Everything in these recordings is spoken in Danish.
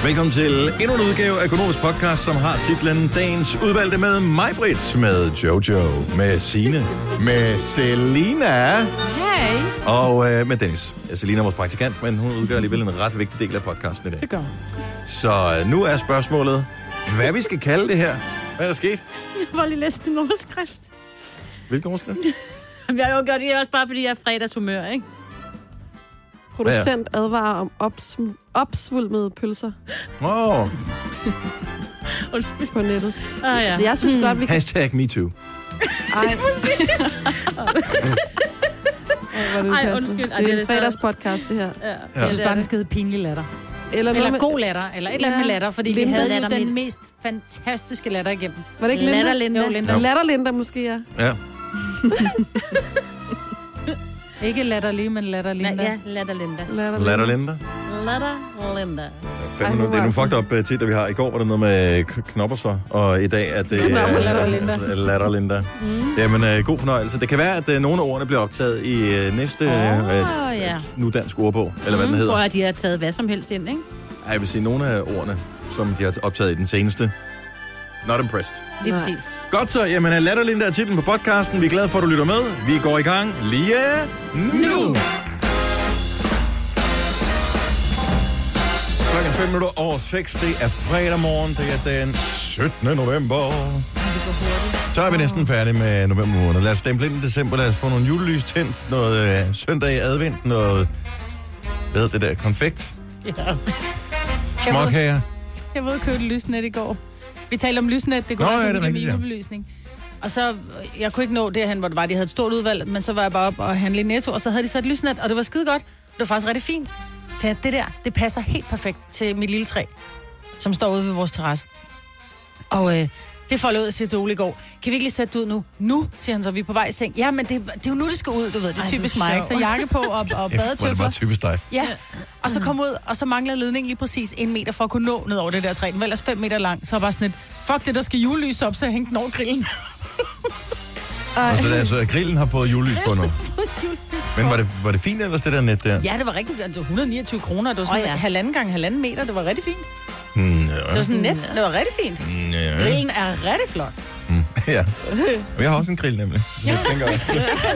Velkommen til endnu en udgave af Økonomisk Podcast, som har titlen Dagens Udvalgte med mig, Brits, med Jojo, med Signe, med Selina. Hej. Og med Dennis. Selina er vores praktikant, men hun udgør alligevel en ret vigtig del af podcasten i dag. Det gør hun. Så nu er spørgsmålet, hvad vi skal kalde det her. Hvad er der sket? Jeg var lige læst en overskrift. Hvilken overskrift? Vi har jo gjort det også bare, fordi jeg er fredagshumør, ikke? Producent advarer om opsvulmede pølser på nettet. Ja. Så jeg synes godt, vi kan... Hashtag MeToo. Ej, Præcis. Ej, undskyld. Det er en fredagspodcast, det her. Ja. Jeg synes bare, den skide pinlig latter. Eller God latter, eller et eller andet med latter, fordi vi havde jo Latter den med- mest fantastiske latter igennem. Var det ikke Linda? Latterlinda. Jo, Linda. Jo. Latterlinda måske, ja. Ja. Ikke latterlig, men latterlinda. Ja, Latterlinda. Latterlinda. Latterlinda. Ej, Det er nogle fucked up tit, vi har. I går var der noget med knopper så, og i dag er det Latterlinda. Latterlinda. Jamen, god fornøjelse. Det kan være, at nogle af ordene bliver optaget i næste ja. nu dansk ordbog, eller hvad den hedder. Prøv at de har taget hvad som helst ind, ikke? Ej, jeg vil sige, nogle af ordene, som de har optaget i den seneste. Not impressed. Lige Nej. præcis. Godt så, jamen Latterlinda er titlen på podcasten. Vi er glade for, at du lytter med. Vi går i gang lige nu. Klokken 5:05. Det er fredag morgen. Det er den 17. november. Så er vi næsten færdige med november måned. Lad os stemple ind i december. Lad os få nogle julelys tændt. Noget søndag i advent. Noget, hvad hedder det der, konfekt. Ja. Småkager. Jeg var ude og købe et lysnet i går. Vi talte om lysnet, det kunne Nå, også ja, det er blive rigtigt, ja. julebelysning. Og så, jeg kunne ikke nå derhen, hvor det var, de havde et stort udvalg, men så var jeg bare op og handle i Netto, og så havde de sat lysnet, og det var skide godt. Det var faktisk rigtig fint. Så det der, det passer helt perfekt til mit lille træ, som står ude ved vores terrasse. Og det foldede ud og siger til Ole i går, kan vi ikke lige sætte det ud nu? Nu, siger han så, vi er på vej i seng. Ja, men det er jo nu, det skal ud, du ved, det er typisk mig, ikke? Så jakke på og Ja, hvor er det badetøfler. bare typisk dig. Ja, og så kom ud, og så mangler ledningen lige præcis 1 meter for at kunne nå ned over det der træ. Den var ellers 5 meter lang, så var bare sådan et, fuck det, der skal julelys op, så jeg hængte den over grillen. Og så altså, grillen har fået julelys på nu. Men var det fint ellers, det der net der? Ja, det var rigtig fint. Det var 129 kroner, det var sådan 1,5 gange 1,5 meter, det var rigtig fint. Ja. Det var sådan net, det var rigtig fint. Ja. Grillen er rigtig flot. Ja. Og jeg har også en grill nemlig. Så jeg tænker også.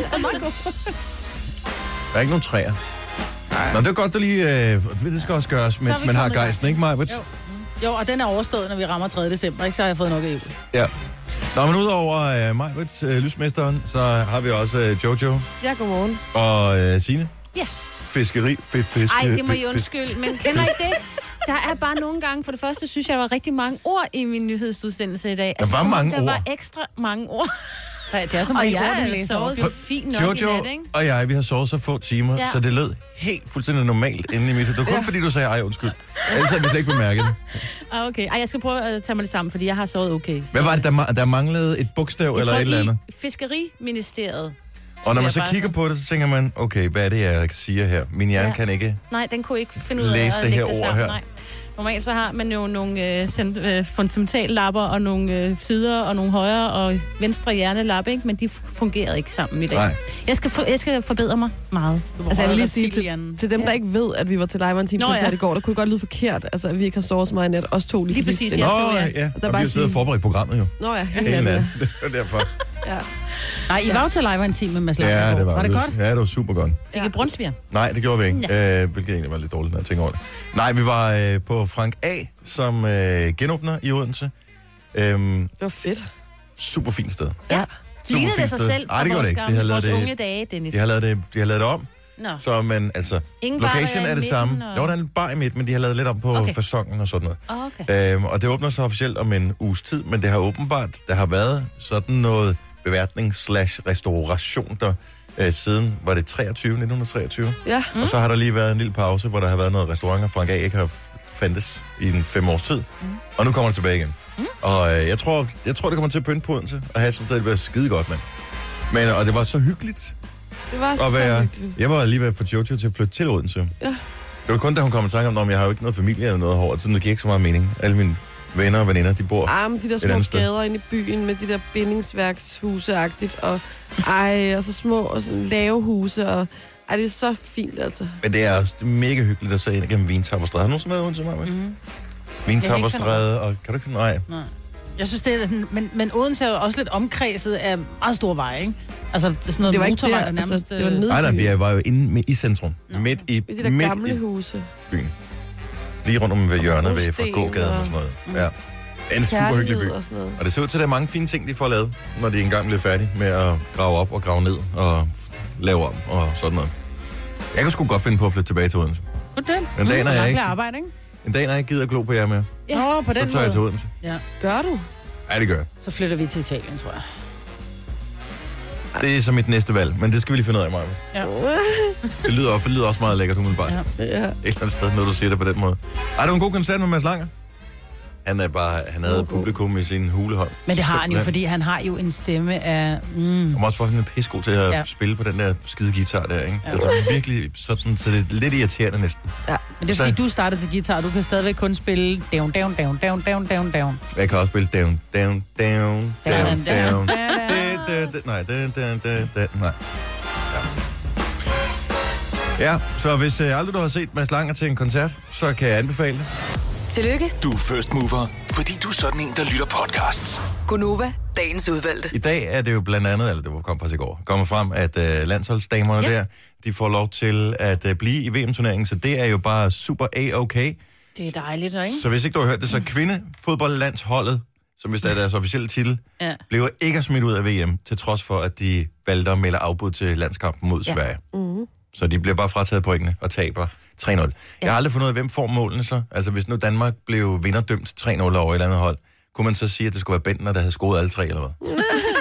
Der er ikke nogen træer. Nå, det er godt, at lige... det skal også gøres, mens vi man har kommet i gang. gejsten, ikke Majbert? Jo, og den er overstået, når vi rammer 3. december, ikke? Så har jeg fået nok af jul. Ja. Nå, men udover Majbert, lysmesteren, så har vi også Jojo Ja, godmorgen. og Signe. Ja. Fiskeri. Ej, det må I undskylde, men kender I det? Der er bare nogle gange, for det første synes jeg, der var rigtig mange ord i min nyhedsudsendelse i dag. Der var som om mange der ord. var ekstra mange ord. Ja, det er som Og at jeg jeg har læser op. sovet fint nok i Jojo nat, ikke? og jeg, vi har sovet så få timer, Ja. så det lød helt fuldstændig normalt inde i mit. Det var kun fordi, du sagde, ej, undskyld. Ellers havde vi slet ikke bemærket det. Okay. Ej, jeg skal prøve at tage mig lidt sammen, fordi jeg har sovet okay. Hvad var det, der manglede et bogstav eller et eller andet? Fiskeriministeriet. Og når man jeg så bare kigger på det, så tænker man, okay, hvad er det, jeg siger her? Min hjerne kan ikke... Nej, den kunne ikke finde ud af Læs at det her lægge det ord sammen. her. Nej. Normalt så har man jo nogle fundamentallapper og nogle sider og nogle højre og venstre hjernelappe, ikke? Men de fungerede ikke sammen i dag. Nej. Jeg skal forbedre mig meget. Altså, jeg vil lige sige til dem, der ikke ved, at vi var til live en time koncert i går, der kunne det godt lyde forkert, altså, at vi ikke har sovet så meget i nat. Os to lige præcis, ja. Nå, ja. Og vi har siddet og forberedt programmet jo. Nå ja, Hele hele natten. Det var derfor. Ja. Nej, I var jo til live en time med Mads Langer. Ja, det var det godt? Ja, det var super godt. Fik I brunsviger? Nej, det gjorde vi ikke. Hvilket egentlig var lidt dårligt, når jeg tænker over det. Nej, vi var på Frank A, som genåbner i Odense. Det var fedt. Super fint sted. Ja. Lignede det sig sted. selv Nej, fra det gjorde det vores, ikke. De havde vores lavet det- unge dage, Dennis? De har lavet det om. Nå. Så, men altså, Ingen bar, location der er det i samme. midten, og- Jo, der er en bar i midten, men de har lavet lidt om på faconen og sådan noget. Okay. Og det åbner så officielt om en uges tid, men det har åbenbart, der har været sådan noget beværtning/restauration der siden, var det 1923? Ja. Og så har der lige været en lille pause, hvor der har været noget restauranter, Frank A ikke har fandtes i en 5 års tid. Og nu kommer det tilbage igen. Og jeg tror, det kommer til at pynte på Odense, og have sådan, det bliver skide godt, mand. Og det var så hyggeligt Det var så at være... hyggeligt. Jeg var lige ved at få Jojo til at flytte til Odense. Ja. Det var kun, da hun kom i tanke om, at jeg har jo ikke noget familie eller noget herovre, så det giver ikke så meget mening. Alle mine venner og veninder, de bor Men de der et små andet sted. gader inde i byen med de der bindingsværkshuse-agtigt, og og så små og sådan lave huse, og det er så fint, altså. Men det er også mega hyggeligt at se ind igennem Vintapperstræde. Har du nogensinde været i Odense, Maja? Vintopperstræde, og kan du ikke finde... Nej. Jeg synes, det er sådan... Men Odense er jo også lidt omkredset af meget store veje, ikke? Altså, det er sådan noget motorvej, der nærmest... Altså, det var Nej, vi var jo inde i centrum. Midt i de der gamle huse. Byen. Lige rundt om ved hjørnet ved fra gågaden og sådan noget. Ja. Det er en super hyggelig by. Og det ser ud til, at der er mange fine ting, de får lavet, når de engang bliver færdige med at grave op og grave ned og lave om og sådan noget. Jeg kan sgu godt finde på at flytte tilbage til Odense. En dag, når jeg ikke... arbejde, ikke? En dag, når jeg ikke gider at glo på jer mere, Nå, på den så tager jeg til Odense. Ja. Gør du? Ja, det gør jeg. Så flytter vi til Italien, tror jeg. Det er så mit næste valg, men det skal vi lige finde ud af, Maja. Ja. Det lyder også meget lækkert, umiddelbart. Ja. Et eller andet sted, når du siger det på den måde. Ej, det var en god koncert med Mads Langer. Han havde publikum i sin hulehånd. Men det har han jo, fordi han har jo en stemme af... Han var også fucking pissegod til at spille på den der skide guitar der, ikke? Ja. Altså virkelig sådan, så det er lidt irriterende næsten. Ja. Men det er fordi, du startede til guitar, og du kan stadigvæk kun spille down, down, down, down, down, down, down. Jeg kan også spille down, down, down, down, down. Nej, nej. Ja, så hvis aldrig du har set Mads Langer til en koncert, så kan jeg anbefale det. Tillykke. Du er first mover, fordi du er sådan en, der lytter podcasts. Gunova, dagens udvalgte. I dag er det jo blandt andet, eller det kom faktisk i går, kommer frem, at landsholdsdamerne der, de får lov til at blive i VM-turneringen, så det er jo bare super A-okay. Det er dejligt, ikke? Så hvis ikke du har hørt det, så kvindefodboldlandsholdet, som hvis det er deres officielle titel, bliver ikke smidt ud af VM, til trods for, at de valgte at melde afbud til landskampen mod Sverige. Så de bliver bare frataget pointene og taber 3-0. Jeg har aldrig fundet ud af, hvem får målene så. Altså hvis nu Danmark blev vinderdømt 3-0 over et eller andet hold, kunne man så sige, at det skulle være Bentner, der havde scoret alle tre, eller hvad?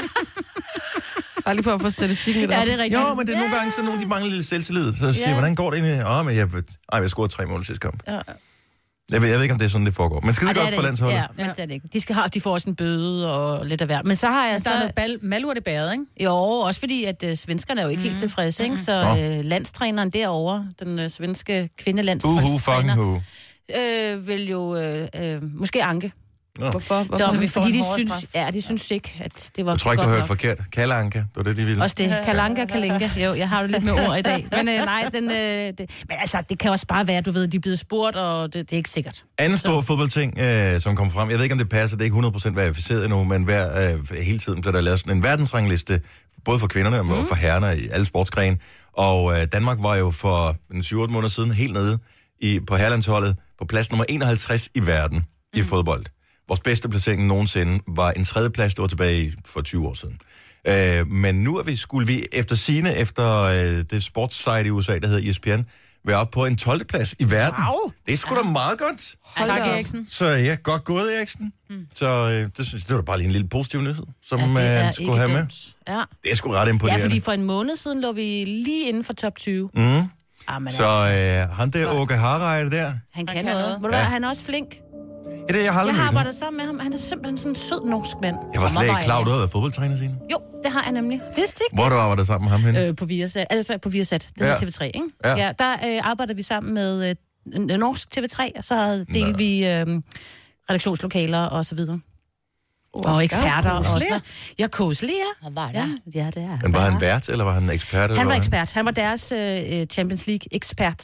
Bare lige for at få statistikken lidt op. Ja, det er rigtigt. Jo, men det er nogle gange sådan nogle, de mangler lidt selvtillid. Så siger hvordan går det egentlig? Men jeg scorede 3 mål sidste kamp. Ja. Jeg ved ikke, om det er sådan, det foregår. Men skide godt for landsholdet. Ja, men det er det ikke. De får også en bøde og lidt af hvert. Men så har jeg der er noget malurt i bæret, ikke? Jo, også fordi, at svenskerne er jo ikke helt tilfredse, ikke? Så landstræneren derovre, den svenske kvindelandstræner, vil jo måske anke. Hvorfor? Så vi får de synes ikke, at det var... Jeg tror ikke, du har hørt forkert. Kalanka, det var det, de ville. Også det. Kalanka, Kalenka. Jo, jeg har jo lidt med ord i dag. Men men altså, det kan også bare være, du ved, de er blevet spurgt, og det er ikke sikkert. Anden stor fodboldting, som kommer frem. Jeg ved ikke, om det passer. Det er ikke 100% verificeret endnu, men hele tiden bliver der lavet sådan en verdensrangliste, både for kvinderne og for herrerne i alle sportsgrene. Og Danmark var jo for 7-8 måneder siden helt nede på herrelandsholdet på plads nummer 51 i verden i fodbold. Vores bedste placering nogensinde var en 3. plads, der var tilbage for 20 år siden. Men nu skulle vi efter det sportssite i USA, der hedder ESPN, være oppe på en 12. plads i verden. Wow. Det er sgu da meget godt. Tak, Eriksen. Så ja, godt gået, Eriksen. Så det synes jeg, det var bare lige en lille positiv nyhed, som man skulle have med. Ja. Det er sgu ret imponerende. Ja, fordi for en måned siden lå vi lige inden for top 20. Så han der, Åke Hareide der. Han kan noget. Ved du hvad, han er også flink. Ja, det, jeg har arbejdet sammen med ham. Han er simpelthen sådan en sød norsk mand. Jeg var slet ikke klar, du havde været fodboldtræner, Signe. Jo, det har jeg nemlig. Vidste ikke. Hvor du arbejder sammen med ham henne? På Viasat. Altså på Viasat. Det hedder TV3, ikke? Ja, der arbejder vi sammen med norsk TV3, og så deler vi redaktionslokaler og så videre. Og eksperter og sådan. Ja, Koselig, ja. Ja, det er. Men var han vært, eller var han ekspert? Han var ekspert. Han var deres Champions League-ekspert.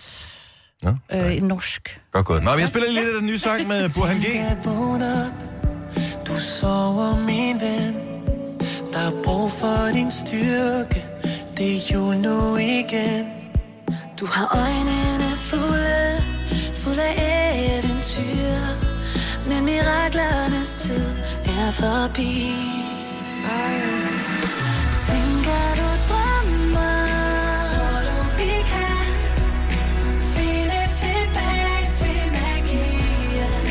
I norsk. Godt gået. Nå, jeg spiller lidt af den nye sang med Burhan G. Du sover, min ven. Der er brug for din styrke. Det er jul nu igen. Du har øjnene fulde af eventyr. Men miraklernes tid er forbi. Tænker du drømmer? Tror du vi kan finde tilbage til magien?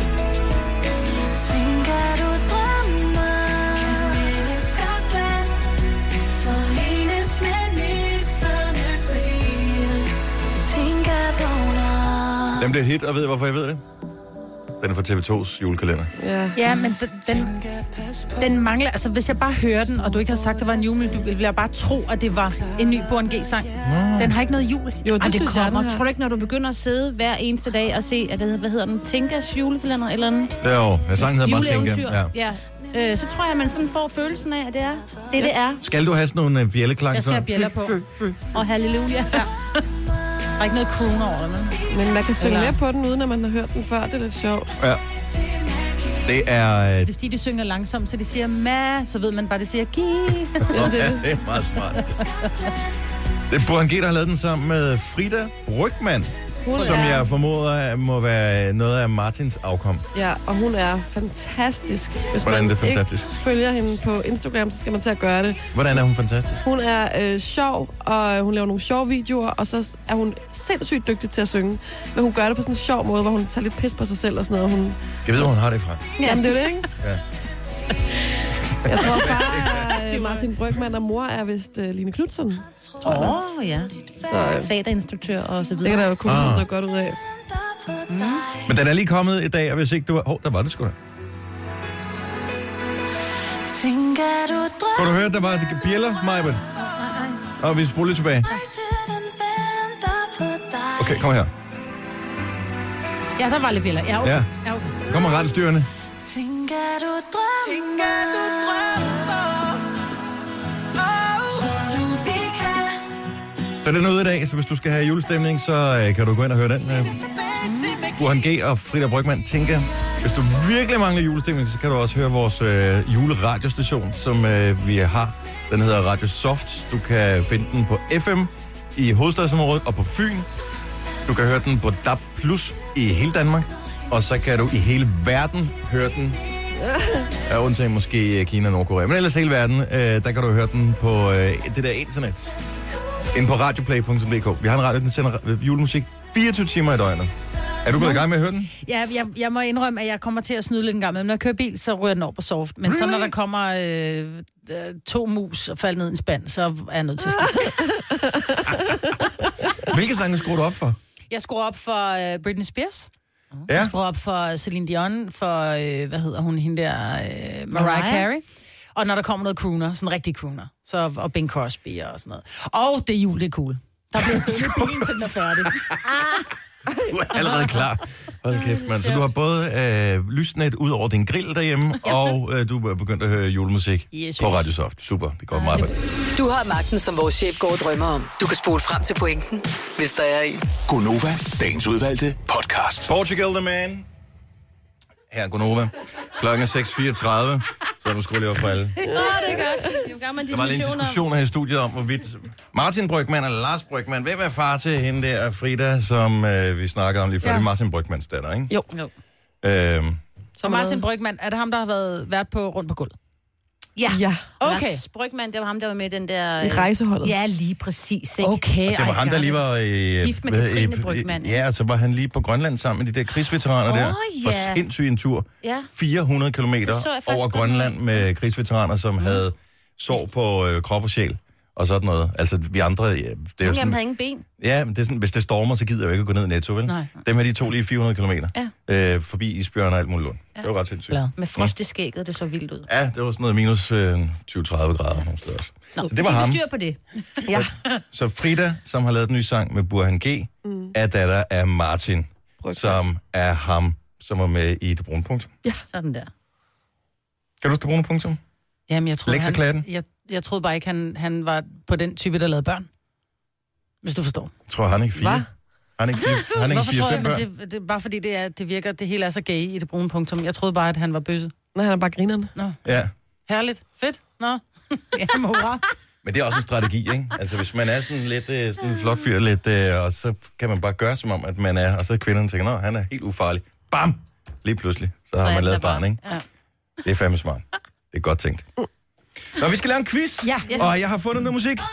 Tænker du drømmer? Kan vi elske os land? Forenes med nissernes rige. Tænker vågner. Den bliver et hit, og ved hvorfor jeg ved det? Den er fra TV2's julekalender. Ja, men den mangler... Altså, hvis jeg bare hører den, og du ikke har sagt, at det var en jul, vil jeg bare tro, at det var en ny Burhan G-sang. Den har ikke noget jul. Jo, det kommer. Tror du ikke, når du begynder at sidde hver eneste dag og se, at det, hvad hedder den, Tinkas julekalender eller andet? Jo, sangen hedder bare Tinka. Ja. Så tror jeg, man sådan får følelsen af, at det er det er. Skal du have sådan nogle bjælleklanger? Jeg skal have bjæller på. Og halleluja. Ja. er ikke noget croon over det, Men man kan synge med på den, uden at man har hørt den før. Det er lidt sjovt. Ja. Det er... Det er fordi, de synger langsomt, så de siger ma, så ved man bare, det siger gi. Ja, det er meget smart. Det er Burhan G, der har lavet den sammen med Frida Brygmann, som jeg formoder må være noget af Martins afkom. Ja, og hun er fantastisk. Hvis Hvordan er det fantastisk? ikke følger hende på Instagram, så skal man til at gøre det. Hvordan er hun fantastisk? Hun er sjov, og hun laver nogle sjove videoer, og så er hun sindssygt dygtig til at synge. Men hun gør det på sådan en sjov måde, hvor hun tager lidt pis på sig selv og sådan noget. Hun... Jeg ved, hvor hun har det fra. Ja. Jamen, det er det, ikke? Ja. Jeg tror bare, Martin Brygmann og mor er vist Line Knutzon. Ja. Teaterinstruktør og så videre. Det kan der jo kun noget godt ud af. Men den er lige kommet i dag, og hvis ikke du... der var det sgu da. Kunne du høre, der var bjæller, Majben? Og vi spoler lidt tilbage. Okay, kom her. Ja, der var lidt bjæller. Ja, okay. Ja. Ja, okay. Kommer rensdyrene. Så den er ude i dag, så hvis du skal have julestemning, så kan du gå ind og høre den. Burhan G og Frida Brygmann, Tinka. Hvis du virkelig mangler julestemning, så kan du også høre vores juleradiostation, som vi har. Den hedder Radio Soft. Du kan finde den på FM i hovedstadsområdet og på Fyn. Du kan høre den på DAB+ i hele Danmark. Og så kan du i hele verden høre den. Ja, undtagen måske Kina og Nordkorea. Men ellers hele verden, der kan du høre den på det der internet. Inde på radioplay.dk. Vi har en radio, der sender julemusik 24 timer i døgnet. Er du gået i gang med at høre den? Ja, jeg må indrømme, at jeg kommer til at snyde lidt en gang. Men når jeg kører bil, så ryger den over på soft. Men så når der kommer 2 mus og falder ned i en spand, så er jeg nødt til at skifte. Hvilke sange skruer du op for? Jeg skruer op for Britney Spears. Ja. Jeg skruer op for Celine Dion, for, hvad hedder hun, hende der, Mariah Carey. Og når der kommer noget crooner, sådan en rigtig crooner, så, og Bing Crosby og sådan noget. Og det jul, det er cool. Der bliver siddet i bilen, til den er færdig. Du er allerede klar. Hold kæft, mand. Så du har både lysnet ud over din grill derhjemme, og du er begyndt at høre julemusik på Radio Soft. Super, det går meget godt. Du har magten, som vores chef går og drømmer om. Du kan spole frem til pointen, hvis der er en. Gonova, dagens udvalgte podcast. Portugal the Man. Her er Gonova. Klokken er 6:34. Så er du skruet lige over for alle. Det er godt. Der var lige en diskussion her i studiet om, hvorvidt Martin Brygmann eller Lars Brygmann, hvem er far til hende der, Frida, som vi snakkede om lige før, det er Martin Brygmanns datter, ikke? Jo. Så Martin Brygmann, er det ham, der har været på rundt på gulvet? Ja. Okay. Lars Brygmann, det var ham, der var med i den der... I rejseholdet. Ja, lige præcis, ikke? Okay. Og det var ham, der lige var i... Gift med Katrine Brygmann. Ja, og så var han lige på Grønland sammen med de der krigsveteraner der. For sindssygt en tur. Ja. 400 kilometer over Grønland med krigsveteraner, som havde sår på krop og sjæl. Og sådan noget. Altså, vi andre... Ja, det er jo sådan, havde ingen ben. Ja, men det er sådan, hvis det stormer, så gider jeg jo ikke at gå ned i Netto, vel? Nej. Dem her, de tog lige 400 kilometer. Ja. Forbi isbjørn og alt muligt lund. Det var ret sindssygt. Med frost i skægget, det så vildt ud. Ja, det var sådan noget minus 20-30 grader nogle steder også. Nå, så det var ham. styr på det. Ja. Så Frida, som har lavet den nye sang med Burhan G, er datter af Martin, som er ham, som var med i Det Brune Punktum. Ja. Sådan der. Kan du huske Det Brune Punktum? Jamen, jeg troede, Lektiekladden? jeg troede bare ikke, han var på den type, der lavede børn. Hvis du forstår. Jeg tror, han er ikke 4. Hvad? Han er ikke 4. Han er ikke 4-5 tror jeg, børn. men det er bare fordi, det virker, det hele er så gay i Det Brune Punktum. Jeg troede bare, at han var bøsse. Når han er bare grinerne. Nå. Ja. Herligt. Fedt. Nå. Jamen, hurra. Men det er også en strategi, ikke? Altså, hvis man er sådan lidt sådan en flot fyr, lidt, og så kan man bare gøre, som om, at man er, og så kvinderne tænker, nå, han er helt ufarlig. Bam! Lige pludselig, så har man lavet barn, ikke? Ja. Det er fandme smart. Det er godt tænkt. Nå, vi skal lave en quiz, Ja. og jeg har fundet noget musik.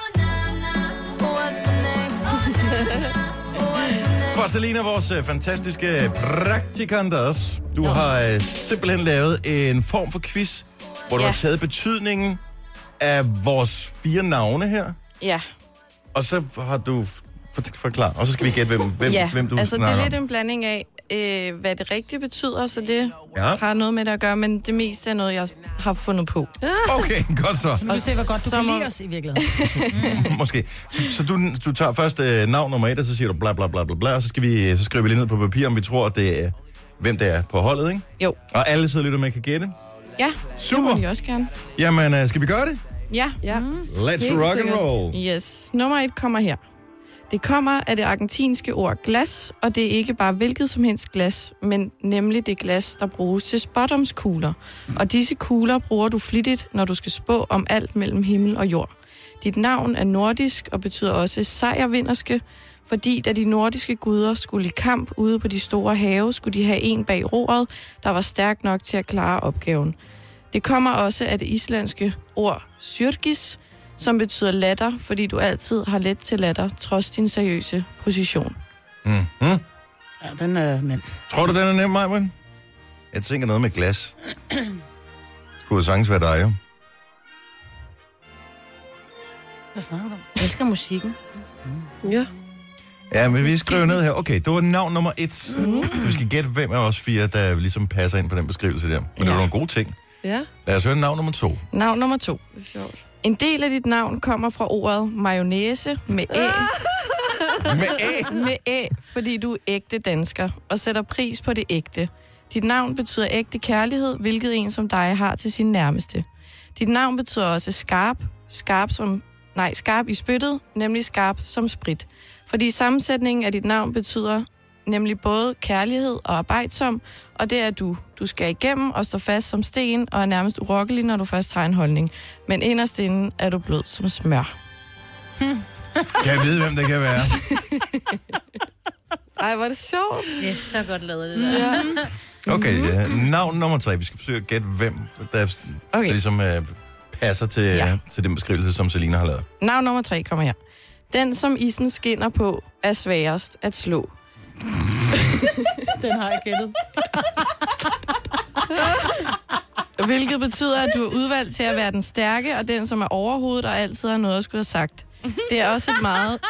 For Selina, vores fantastiske praktikanters. Du har simpelthen lavet en form for quiz, hvor du har taget betydningen af vores 4 navne her. Ja. Og så har du forklaret, og så skal vi gætte, hvem du altså det snakker er lidt om. en blanding af, hvad det rigtigt betyder, så det Ja. har noget med det at gøre, men det meste er noget, jeg har fundet på. Okay, godt så. Nu se, hvor godt du kan lide os i virkeligheden. Måske. Så du tager først navn nummer 1, og så siger du bla bla bla bla bla, og så skriver vi lige ned på papir, om vi tror, at det er, hvem det er på holdet, ikke? Jo. Og alle sidder lidt med kan gætte. Ja, Super. det må vi også gerne. Jamen, skal vi gøre det? Ja. Let's Helt rock and sikkert. roll. Yes. Nummer 1 kommer her. Det kommer af det argentinske ord glas, og det er ikke bare hvilket som helst glas, men nemlig det glas, der bruges til spådomskugler. Og disse kugler bruger du flittigt, når du skal spå om alt mellem himmel og jord. Dit navn er nordisk og betyder også sejrvinderske, fordi da de nordiske guder skulle i kamp ude på de store have, skulle de have en bag roret, der var stærk nok til at klare opgaven. Det kommer også af det islandske ord syrgis, som betyder latter, fordi du altid har let til latter, trods din seriøse position. Mm-hmm. Ja, den er nem. Tror du, den er nem, Majbrit? Jeg tænker noget med glas. Skulle sagtens være dig, jo. Hvad snakker du om? Jeg elsker musikken. Ja. Ja, men vi skriver ned her. Okay, det var navn nummer 1. Så vi skal gætte, hvem af os 4, der ligesom passer ind på den beskrivelse der. Men det var nogle gode ting. Ja. Lad os høre navn nummer 2. Navn nummer 2. Det er sjovt. En del af dit navn kommer fra ordet mayonnaise med æ. Med æ? Med æ, fordi du er ægte dansker og sætter pris på det ægte. Dit navn betyder ægte kærlighed, hvilket en som dig har til sin nærmeste. Dit navn betyder også skarp i spyttet, nemlig skarp som sprit. Fordi sammensætningen af dit navn betyder nemlig både kærlighed og arbejdsom, og det er du. Du skal igennem og stå fast som sten og er nærmest urokkelig, når du først har en holdning. Men inderst inde er du blød som smør. Kan jeg vide, hvem det kan være? Ej, hvor er det sjovt. Det er så godt lavet, det der. Ja. Okay, navn nummer 3. Vi skal forsøge at gætte, hvem der ligesom passer til den beskrivelse, som Selina har lavet. Navn nummer 3 kommer her. Den, som isen skinner på, er sværest at slå. Den har jeg gættet. Hvilket betyder, at du er udvalgt til at være den stærke, og den, som er overhovedet og altid har noget at skulle have sagt. Det er også et meget...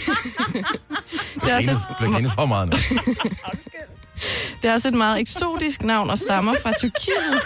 for meget nu. Det er også et meget eksotisk navn og stammer fra Tyrkiet.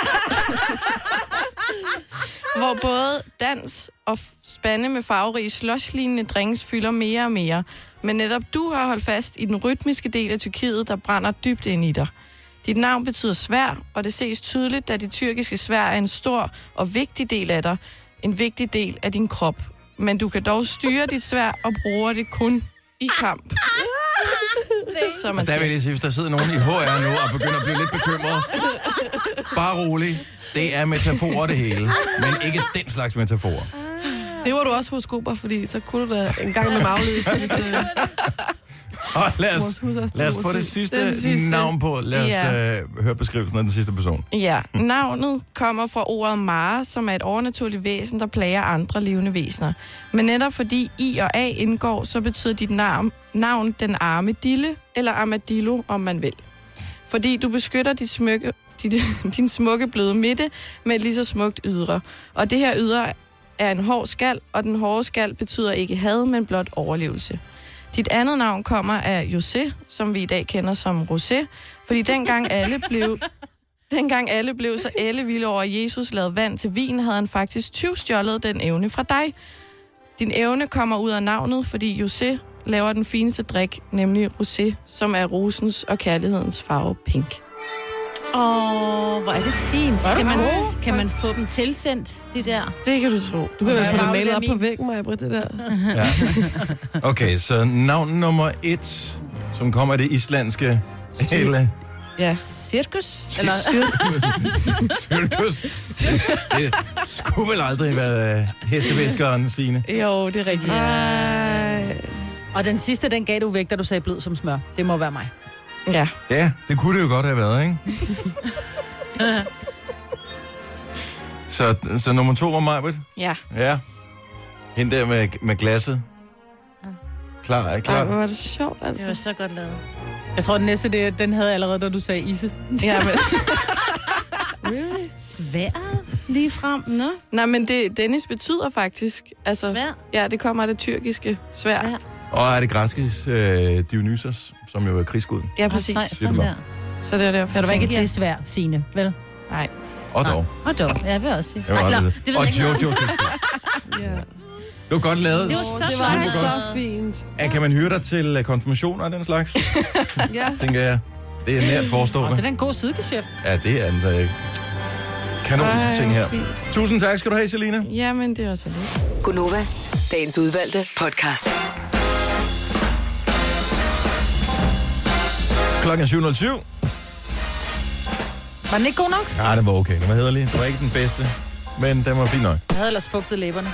Hvor både dans og spande med farverige slush-lignende drinks fylder mere og mere. Men netop du har holdt fast i den rytmiske del af Tyrkiet, der brænder dybt ind i dig. Dit navn betyder svær, og det ses tydeligt, da det tyrkiske svær er en stor og vigtig del af dig. En vigtig del af din krop. Men du kan dog styre dit svær og bruger det kun i kamp. Og der vil jeg lige sige, hvis der sidder nogen i HR nu og begynder at blive lidt bekymret. Bare rolig. Det er metaforer det hele, men ikke den slags metaforer. Det var du også horoskoper, fordi så kunne du da en gang med afløse. Og lad os få det sidste navn på. Lad os høre beskrivelsen af den sidste person. Ja, navnet kommer fra ordet mare, som er et overnaturligt væsen, der plager andre levende væsener. Men netop fordi I og A indgår, så betyder dit navn den arme dille, eller armadillo, om man vil. Fordi du beskytter din smukke bløde midte med et lige så smukt ydre. Og det her ydre er en hård skal, og den hårde skal betyder ikke had, men blot overlevelse. Dit andet navn kommer af José, som vi i dag kender som Rosé, fordi dengang alle blev så ellevilde over, at Jesus lavede vand til vin, havde han faktisk tyvstjålet den evne fra dig. Din evne kommer ud af navnet, fordi José laver den fineste drik, nemlig Rosé, som er rosens og kærlighedens farve pink. Hvor er det fint. Kan man få dem tilsendt, de der? Det kan du tro. Du kan jo få det malet op på væggen, Maja-Britt, det der. Ja. Okay, så navn nummer 1, som kommer af det islandske hele. Ja. Cirkus? Eller cirkus. Det skulle vel aldrig være hesteviskeren, Signe. Jo, det er rigtigt. Og den sidste, den gav du væk, da du sagde blød som smør. Det må være mig. Ja. Ja, det kunne det jo godt have været, ikke? Så nummer 2 var Majbrit? Ja. Ja. Hende der med glasset. Klar, er klar? Ej, hvor var det sjovt, altså. Det var så godt lavet. Jeg tror, den næste, den havde allerede, da du sagde isse. Ja, men... Really? Svær lige frem, nå? Nej, men Dennis betyder faktisk... Altså, svær? Ja, det kommer af det tyrkiske svær. Og er det græske Dionysos, som jo er krigsguden. Ja, præcis. Sådan der. Så det er derfor. Så det var ikke det svær, Signe, vel? Nej. Og dog. Og dog, jeg vil også sige. Det og Jojo. Ja. Det var godt lavet. Det var så fint. Kan man hyre dig til konfirmationer og den slags? Ja. Tænker jeg. Det er nært forestående. Det er en god sidegeschæft. Ja, det er en kanon ting her. Fint. Tusind tak skal du have, Selina. Jamen, det er også lidt. Gunova, dagens udvalgte podcast. Klokken er 7.07. Var den ikke god nok? Ja, det var okay. Den var hederlig. Det var ikke den bedste, men den var fin nok. Jeg havde ellers fugtet læberne.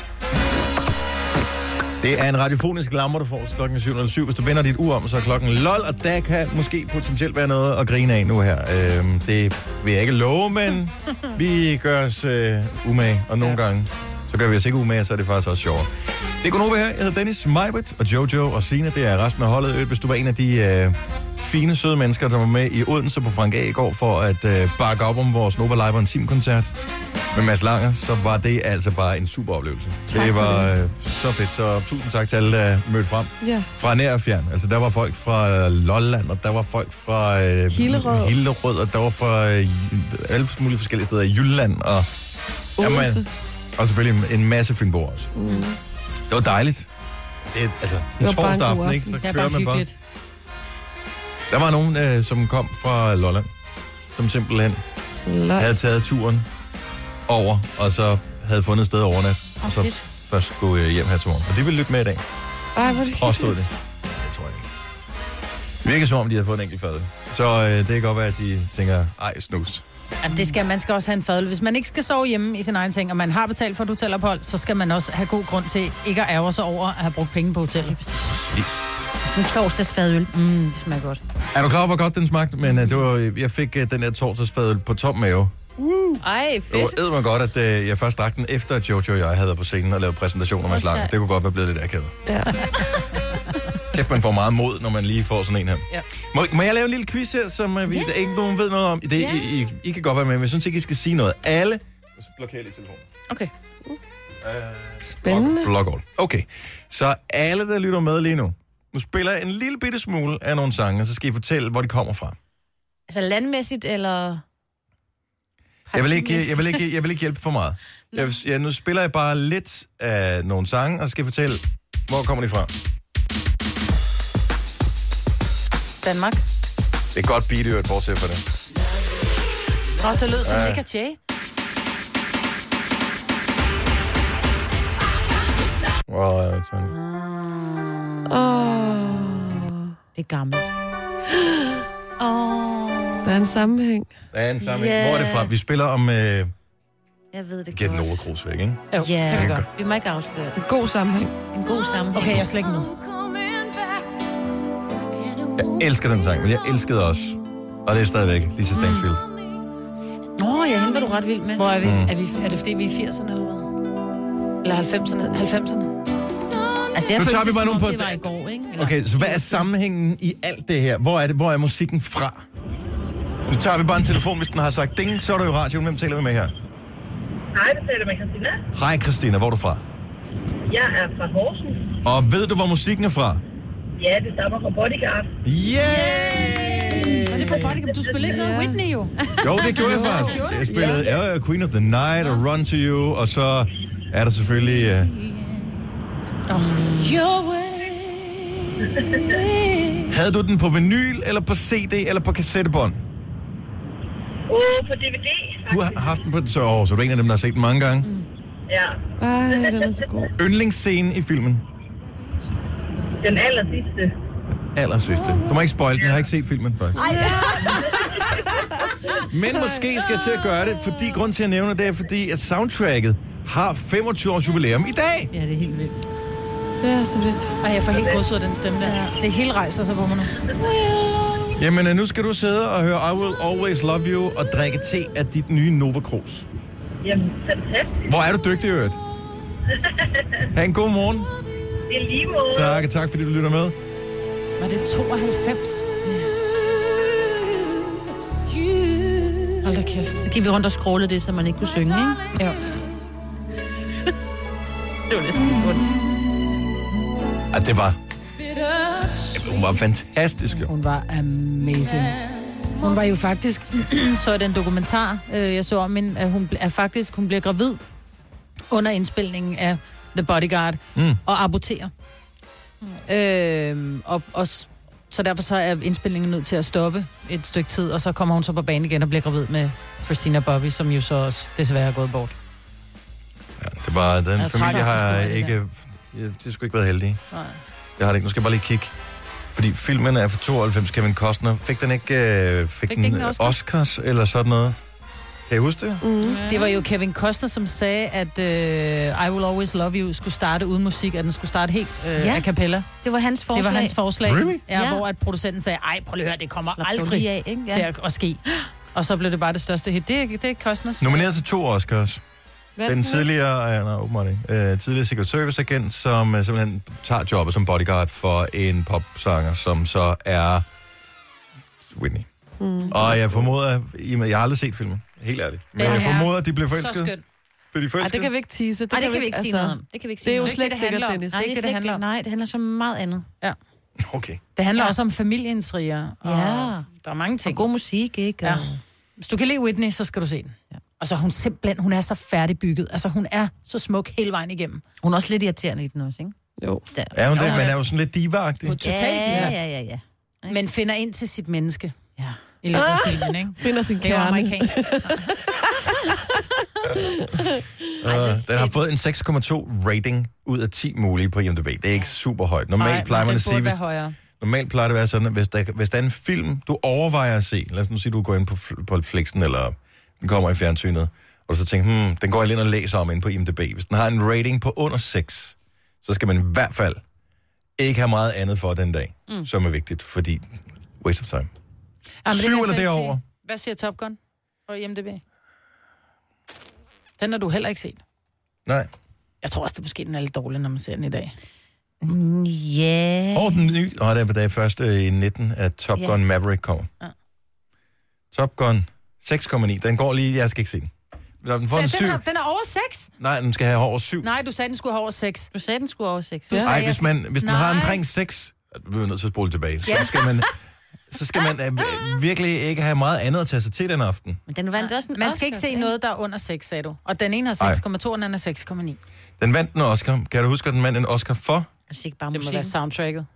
Det er en radiofonisk lammer, du får til klokken 7.07. Hvis du vender dit ur om, så er klokken lol, og der kan måske potentielt være noget at grine af nu her. Det vil jeg ikke love, men vi gør os umage, og nogle gange så gør vi os ikke umage, så er det faktisk også sjovt. Det er Gunova her. Jeg hedder Dennis, Majbrit og Jojo og Signe. Det er resten af holdet. Hvis du var en af de fine, søde mennesker, der var med i Odense på Frank A. i går for at bakke op om vores Nova Live Intim-koncert med Mads Langer, så var det altså bare en super oplevelse. Det var så fedt, så tusind tak til alle, der mødte frem. Ja. Fra nær og fjern. Altså, der var folk fra Lolland, og der var folk fra Hillerød, og der var fra alle mulige forskellige steder i Jylland, og, jamen, og selvfølgelig en masse fynboer også. Mm. Det var dejligt. Det er altså sådan en torsdag aften, ikke? Så kører man bare. Der var nogen, som kom fra Lolland, som simpelthen havde taget turen over, og så havde fundet et sted overnat, og så først gå hjem her til morgen. Og de ville lytte med i dag. Ej, hvor det påstod det. Det tror jeg ikke. Det virker som om, de havde fået en enkelt fadøl. Så det kan godt være, at de tænker, ej, snus. Jamen, man skal også have en fadøl. Hvis man ikke skal sove hjemme i sin egen seng, og man har betalt for et hotelophold, så skal man også have god grund til ikke at ærge sig over at have brugt penge på hotellet. Præcis. Sådan en torsdagsfadøl. Det smager godt. Er du klar over, hvor godt den smagte? Men jeg fik den der torsdagsfadøl på tom mave. Ej, fedt. Det var godt, at jeg først drak den efter, at Jojo og jeg havde været på scenen og lavet præsentationer med Slang. Det kunne godt være blevet lidt akavet. Ja. Kæft, man får meget mod, når man lige får sådan en her. Ja. Må jeg lave en lille quiz her, som vi ikke nogen ved noget om? Det, I kan godt være med, men jeg synes ikke, I skal sige noget. Alle... Så blokerer jeg lige telefonen. Okay. Spændende. Block all. Okay. Så alle, der lytter med lige nu, nu spiller jeg en lille bitte smule af nogle sange, og så skal I fortælle, hvor de kommer fra. Altså landmæssigt, eller... Jeg vil ikke hjælpe for meget. Nu spiller jeg bare lidt af nogle sange, og så skal jeg fortælle, hvor kommer de fra. Danmark. Det er et godt beat, et bortset fra det. Det lød som Nick og Jay. Det er gammelt. Der er en sammenhæng. Der er en sammenhæng. Yeah. Hvor er det fra? Vi spiller om... Jeg ved det Gæt Nova Cruz væk, ikke? Jo, kan vi godt. Vi må ikke afsløre det. En god sammenhæng. En god sammenhæng. Okay, jeg slækker nu. Jeg elsker den sang, men jeg elskede også. Og det er stadigvæk Lisa Stansfield. Ja, hende var du ret vild med. Hvor er vi? Er det fordi, vi er 80'erne eller hvad? Eller 90'erne? Altså, jeg nu tager følte, vi bare nogle på... det var i går, ikke? Eller... Okay, så hvad er sammenhængen i alt det her? Hvor er musikken fra? Nu tager vi bare en telefon, hvis den har sagt ding, så er du i radioen. Hvem taler vi med her? Hej, det taler med Christina. Hej Christina, hvor er du fra? Jeg er fra Horsens. Og ved du, hvor musikken er fra? Ja, det stammer fra Bodyguard. Yeah! Og det er fra Bodyguard. Du spillede ikke noget Whitney, jo. Jo, det gjorde jeg faktisk. Jeg spillede Queen of the Night og Run to You, og så er der selvfølgelig... Havde du den på vinyl, eller på CD, eller på kassettebånd? På DVD, faktisk. Du har haft den på... Så er du en af dem, der har set den mange gange? Ja. Ej, den er så god. Yndlingsscene i filmen? Den allersidste. Du må ikke spoil den, jeg har ikke set filmen først. Men måske skal jeg til at gøre det, fordi grund til at nævne det er, fordi at soundtracket har 25 års jubilæum i dag. Ja, det er helt vildt. Det er så vildt. Og jeg får helt godsud af den stemme der. Ja. Det hele rejser sig på mig nu. Jamen, nu skal du sidde og høre I Will Always Love You og drikke te af dit nye Nova Cruz. Jamen, fantastisk. Hvor er du dygtig, Øret? Ha' en god morgen. Det er lige måde. Tak fordi du lytter med. Var det 92? Hold da kæft. Så gik vi rundt og scrollede det, så man ikke kunne synge, ikke? Ja. Det var næsten ondt. Det var... Hun var fantastisk, jo. Hun var amazing. Hun var jo faktisk... så den dokumentar, jeg så om hende, at hun bliver gravid under indspilningen af The Bodyguard og aborterer. Så derfor så er indspilningen nødt til at stoppe et stykke tid, og så kommer hun så på banen igen og bliver gravid med Christina Bobby, som jo så også desværre er gået bort. Ja, det var den familie har historie, ikke... Det skulle ikke været heldige. Nej. Jeg har det ikke. Nu skal jeg bare lige kigge. Fordi filmen er fra 92, Kevin Costner. Fik den ikke den Oscars eller sådan noget? Kan I huske det? Det var jo Kevin Costner, som sagde, at I Will Always Love You skulle starte uden musik, at den skulle starte helt a cappella. Det var hans forslag. Det var hans forslag. Really? Ja, hvor at producenten sagde, ej, prøv lige at høre, det kommer aldrig af, ikke? til at ske. Og så blev det bare det største hit. Det er Costners. Nomineret til 2 Oscars. Den tidligere Secret Service-agent, som simpelthen tager jobbet som bodyguard for en popsanger, som så er Whitney. Og jeg formoder, jeg har aldrig set filmen, helt ærligt. Men jeg formoder, at de blev forelsket. Så skønt. Blev de forelsket? Det kan vi ikke tease. Det kan vi ikke sige noget om. Det er jo slet ikke sikkert, Dennis. Nej, det handler om. Nej, det handler så meget andet. Ja. Okay. Det handler også om familieintriger. Ja. Der er mange ting. Og god musik, ikke? Ja. Hvis du kan lide Whitney, så skal du se den. Ja. Og så hun er så færdigbygget. Altså, hun er så smuk hele vejen igennem. Hun er også lidt irriterende i den også, ikke? Jo. Er hun det? Men er jo sådan lidt diva-agtig. Totalt diva. Ja. Men finder ind til sit menneske. Ja. I løbet af filmen, ikke? Finder sin Det er kerne. amerikansk. Den har fået en 6,2 rating ud af 10 mulige på IMDb. Det er ikke super højt. Normalt plejer man at sige, normalt plejer det at være sådan, at hvis der er en film, du overvejer at se, lad os nu sige, du går ind på Flixen, eller den kommer i fjernsynet, og så tænker, den går jeg ind og læser om ind på IMDb. Hvis den har en rating på under 6, så skal man i hvert fald ikke have meget andet for den dag, som er vigtigt, fordi waste of time. 7 eller derovre. Hvad siger Top Gun på IMDb? Den har du heller ikke set. Nej. Jeg tror også, det måske den er lidt dårlig, når man ser den i dag. Ja. Og den nye, det er først i 19, at Top Gun Maverick kommer. Ja. Top Gun 6,9. Den går lige, jeg skal ikke se den. Den er over 6? Nej, den skal have over 7. Nej, du sagde, den skulle have over 6. Du sagde, den skulle over 6. Nej, hvis den har omkring 6, du bliver nødt til at spole tilbage, så skal man virkelig ikke have meget andet at tage sig til den aften. Men den vandt også en Man skal ikke se noget, der er under 6, sagde du. Og den ene har 6,2, og den anden er 6,9. Den vandt en Oscar. Kan du huske, at den vandt en Oscar for? Altså ikke bare det må være soundtracket.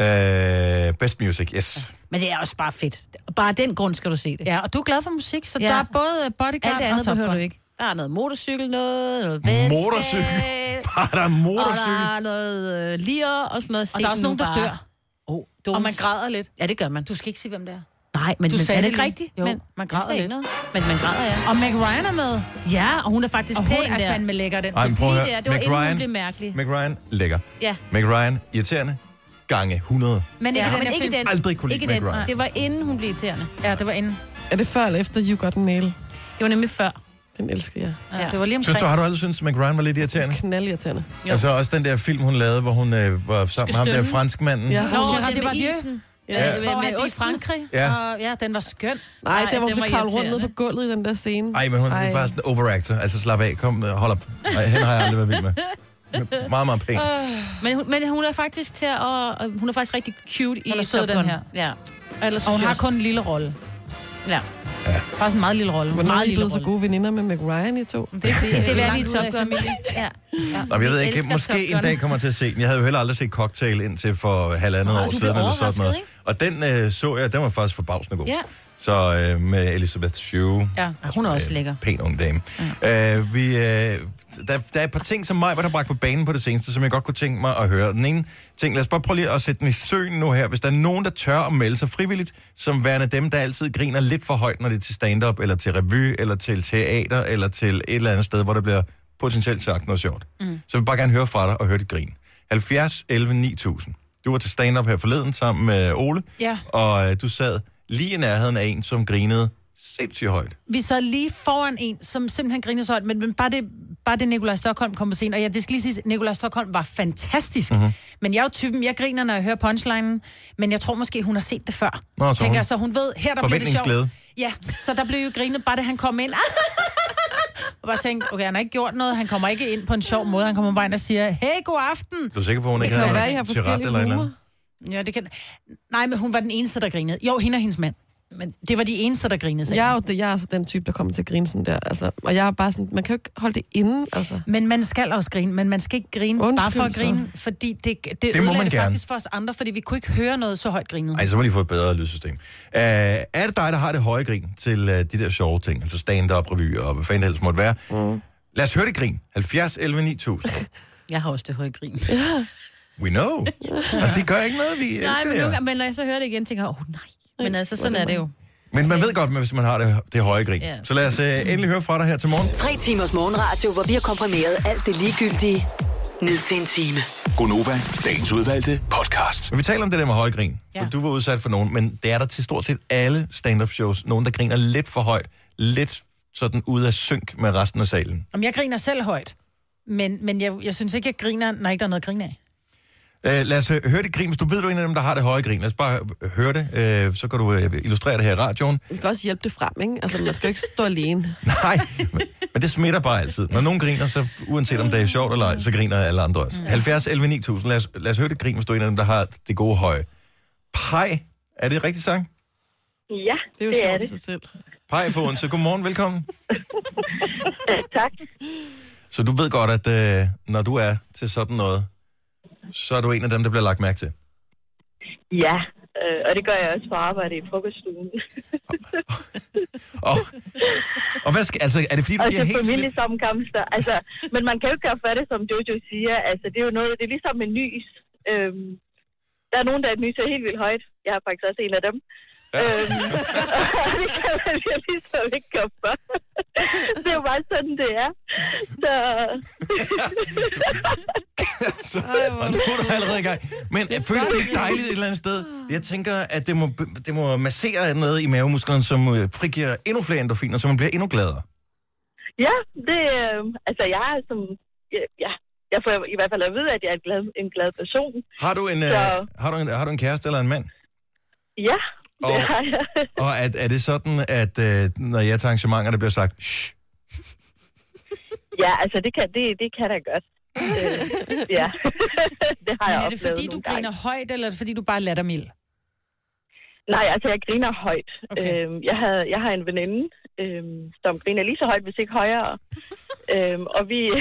Best Music, yes. Ja. Men det er også bare fedt. Bare den grund skal du se det. Ja, og du er glad for musik, så der er både Bodyguard alt det andet og Top behøver Gun. du ikke. Der er noget motorcykel, noget venskab. Motorcykel? Bare der er motorcykel? Og der er noget lir og sådan noget. Og der er også nogen, der dør. Og man græder lidt. Ja, det gør man. Du skal ikke sige, hvem det er. Nej, men du sagde er det det ikke rigtigt? Jo, men man græder lidt. Noget. Men man græder, ja. Og Meg Ryan er med. Ja, og hun er faktisk og pæn hun er der. fandme lækker, den. Ej, prøv at høre. Det var inden hun blev mærkelig. Meg Ryan, lækker. Ja. Meg Ryan, irriterende. Gange 100. Men ikke den, ikke den. Aldrig kunne lide Meg Ryan. Det var inden hun blev irriterende. Ja, det var inden. Er det før eller efter You Got Mail? Det var nemlig før. Den elsker jeg. Ja, det var lige omkring. Har du aldrig syntes, Meg Ryan var lidt irriterende? Knaldirriterende. Altså også den der film, hun lavede, hvor hun var sammen med ham der franskmanden. Ja, det var isen. Ja, hvor er de i Frankrig? Ja. Og ja, den var skøn. Nej, det var for kravle rundt ned på gulvet i den der scene. Nej, men hun er bare sådan en overactor. Altså slap af, kom, hold op. Nej, hende har jeg aldrig været vild med. Meget, meget pæn. Men hun er faktisk hun er faktisk rigtig cute i Top Gun. Her. Ja. Og hun har kun en lille rolle. Ja. Faktisk en meget lille rolle. Hvornår er I blevet så gode veninder med Meg Ryan i to? Det er vi i Top Gun. Ja. Jeg ved ikke, måske en dag kommer til at se den. Jeg havde jo heller aldrig set Cocktail indtil for 1,5 år siden eller sådan noget. Og den så jeg, den var faktisk forbavsende god. Ja. Så med Elizabeth Shue. Ja, hun er også lækker. Pæn ung dame. Ja. Der er et par ting, som mig var der bragt på banen på det seneste, som jeg godt kunne tænke mig at høre. Den ene ting, lad os bare prøve lige at sætte den i søen nu her. Hvis der er nogen, der tør at melde sig frivilligt, som værende dem, der altid griner lidt for højt, når det er til stand-up, eller til revy, eller til teater, eller til et eller andet sted, hvor der bliver potentielt sagt noget sjovt. Så jeg vil bare gerne høre fra dig og høre dit grin. 70 11 9000. Du var til stand-up her forleden sammen med Ole, og du sad lige i nærheden af en, som grinede sindssygt højt. Vi sad lige foran en, som simpelthen grinede så højt, men bare det Nikolaj Stokholm kom på scenen, og det skal lige sige, Nikolaj Stokholm var fantastisk, men jeg er jo typen, jeg griner, når jeg hører punchlinen, men jeg tror måske, hun har set det før. Nå, tænker så hun ved, her der bliver det sjovt. Ja, så der blev jo grinet, bare det han kom ind. Og bare tænkte, okay, han har ikke gjort noget, han kommer ikke ind på en sjov måde, han kommer bare ind og siger, hey, god aften. Du er sikker på, hun ikke havde en tirat eller noget? Ja, det kan... Nej, men hun var den eneste, der grinede. Jo, hende og hendes mand. Men det var de eneste, der grinede sig. Jeg er altså den type, der kommer til at grine sådan der. Altså, og jeg er bare sådan, man kan jo ikke holde det inde, altså. Men man skal også grine, men man skal ikke grine bare for at grine, fordi det ødelagde det faktisk for os andre, fordi vi kunne ikke høre noget så højt grinet. Ej, så må de få et bedre lydsystem. Er det dig, der har det høje grin til de der sjove ting, altså stand-up, revyer og hvad fanden det ellers måtte være? Lad os høre det grin. 70 11 9000. Jeg har også det høje grin. We know. Og det gør ikke noget, vi elsker jer. Men når jeg så hører det igen, tænker jeg, nej. Men altså, sådan er det jo. Men man ved godt, hvis man har det høje grin. Yeah. Så lad os endelig høre fra dig her til morgen. 3 timers morgenradio, hvor vi har komprimeret alt det ligegyldige ned til en time. Gonova, dagens udvalgte podcast. Men vi taler om det der med høje grin. Ja. Du var udsat for nogen, men det er der til stort set alle stand-up shows. Nogen, der griner lidt for højt. Lidt sådan ude af synk med resten af salen. Jeg griner selv højt. Men jeg synes ikke, jeg griner, når ikke der er noget at grine af. Lad os høre det grin. Hvis du ved, du er en af dem, der har det høje grin, lad os bare høre det. Så kan du illustrere det her i radioen. Vi kan også hjælpe det frem, ikke? Altså, man skal jo ikke stå alene. Nej, men det smitter bare altid. Når nogen griner, så uanset om det er sjovt eller ej, så griner alle andre også. 70 11 9000. Lad os høre det grin, hvis du er en af dem, der har det gode høje. Pej, er det rigtigt sang? Ja, det er jo sjovt i sig selv. Pej for Odense. Godmorgen, velkommen. Tak. Så du ved godt, at når du er til sådan noget, så er du en af dem, der bliver lagt mærke til? Ja, og det gør jeg også for arbejde i frokoststuen. og hvad skal, altså, er det fordi, du bliver helt familiesammenkomster. Altså, men man kan jo ikke gøre for det, som Jojo siger. Altså, det er jo noget, det er ligesom med nys. Der er nogen, der nyser helt vildt højt. Jeg er faktisk også en af dem. Ja. Det kan man jo ligesom ikke gøre for. Det er jo bare sådan, det er. Så... og nu er du allerede i gang. Men føles det ikke dejligt et eller andet sted? Jeg tænker, at det må massere noget i mavemusklerne, som frigiver endnu flere endorfiner, så man bliver endnu gladere. Ja, det altså jeg er som... Ja, jeg får i hvert fald at vide, at jeg er en glad person. Har du en kæreste eller en mand? Ja. Og er det sådan, at når jeg tager arrangementer, der bliver sagt, shh? Ja, altså det kan da godt. Ja, det har jeg oplevet. Er det fordi, du griner højt, eller er det fordi, du bare er lattermild? Nej, altså jeg griner højt. Okay. Jeg har en veninde, som griner lige så højt, hvis ikke højere. Og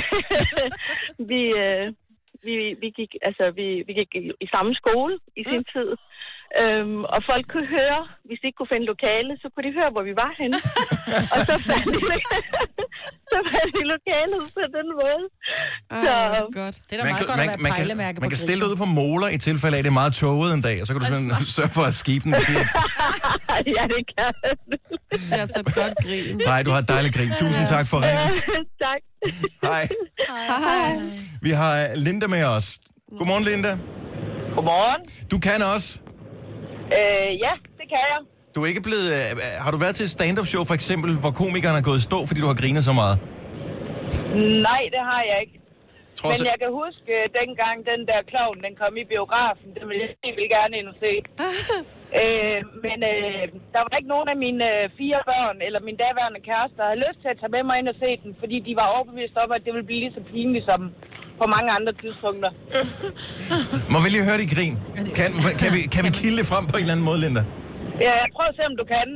vi gik i samme skole i sin tid. Og folk kunne høre, hvis de ikke kunne finde lokale, så kunne de høre, hvor vi var henne. Og så fandt de lokalet på den måde. Så godt. Det er da meget godt at være pejlemærke på. Man kan stille det ud på måler i tilfælde af, at det er meget tåget en dag, og så kan du sørge for, at skibene bliver... Ja, det kan det er så et godt grin. Nej, du har et dejligt grin. Tusind tak for ringen. Tak. Hej. Hej. Vi har Linda med os. Godmorgen, Linda. Godmorgen. Du kan også? Ja, det kan jeg. Du er ikke blevet... har du været til et stand-up show, for eksempel, hvor komikeren er gået i stå, fordi du har grinet så meget? Nej, det har jeg ikke. Men jeg kan huske, dengang den der klovn, den kom i biografen, den ville jeg helt gerne ind og se. Men der var ikke nogen af mine 4 børn, eller min daværende kæreste, der havde lyst til at tage med mig ind og se den, fordi de var overbevist om, at det ville blive lige så pinligt som på mange andre tidspunkter. Må vi lige høre det i grin? Kan vi kilde det frem på en eller anden måde, Linda? Ja, jeg prøver at se, om du kan.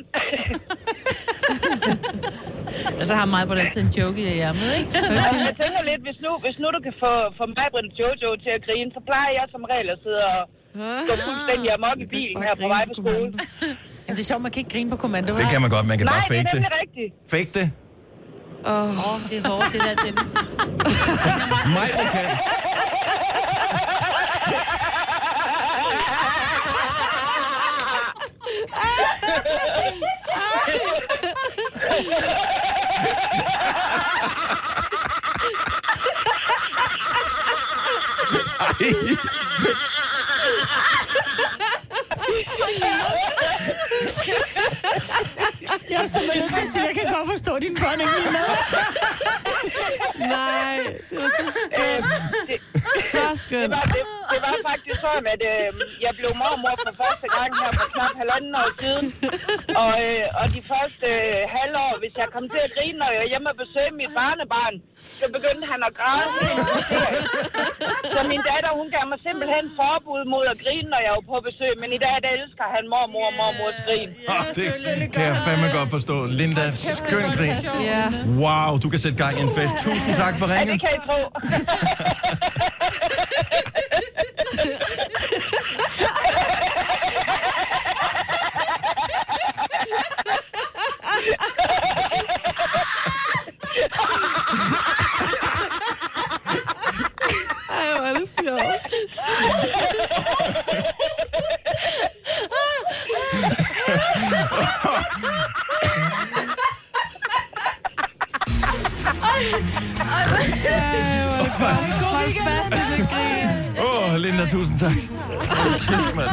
Og så har mig på den tid en joke i hjermet, ikke? Jeg tænker lidt, hvis nu du kan få mig, Britt Jojo, til at grine, så plejer jeg som regel at sidde og gå fuldstændig amok i bilen her på vej på skole. Jamen, det er sjovt, man kan ikke grine på kommando. Det kan man godt, man kan bare fake det. Nej, det er nemlig rigtigt. Fake det. Det er hårdt, det der, Dennis. Mig, det kan. Jeg er simpelthen nødt til at sige, at jeg kan godt forstå din børn ikke lige med. Nej, det var så skønt. Så skønt. Det var faktisk sådan, at jeg blev mormor for første gang her for knap 1,5 år siden. Og de første halvår, hvis jeg kom til at grine, når jeg var hjemme og besøgte mit barnebarn, så begyndte han at græde. Så min datter, hun gav mig simpelthen forbud mod at grine, når jeg var på besøg. Men i dag, der elsker han mormors grin. Det kan jeg fandme godt forstå. Linda, skøn grin. Wow, du kan sætte gang i en fest. Tusind tak for ringen. Ja, det kan I tro. Ej, hvor er det sjovt. Kæft, mand.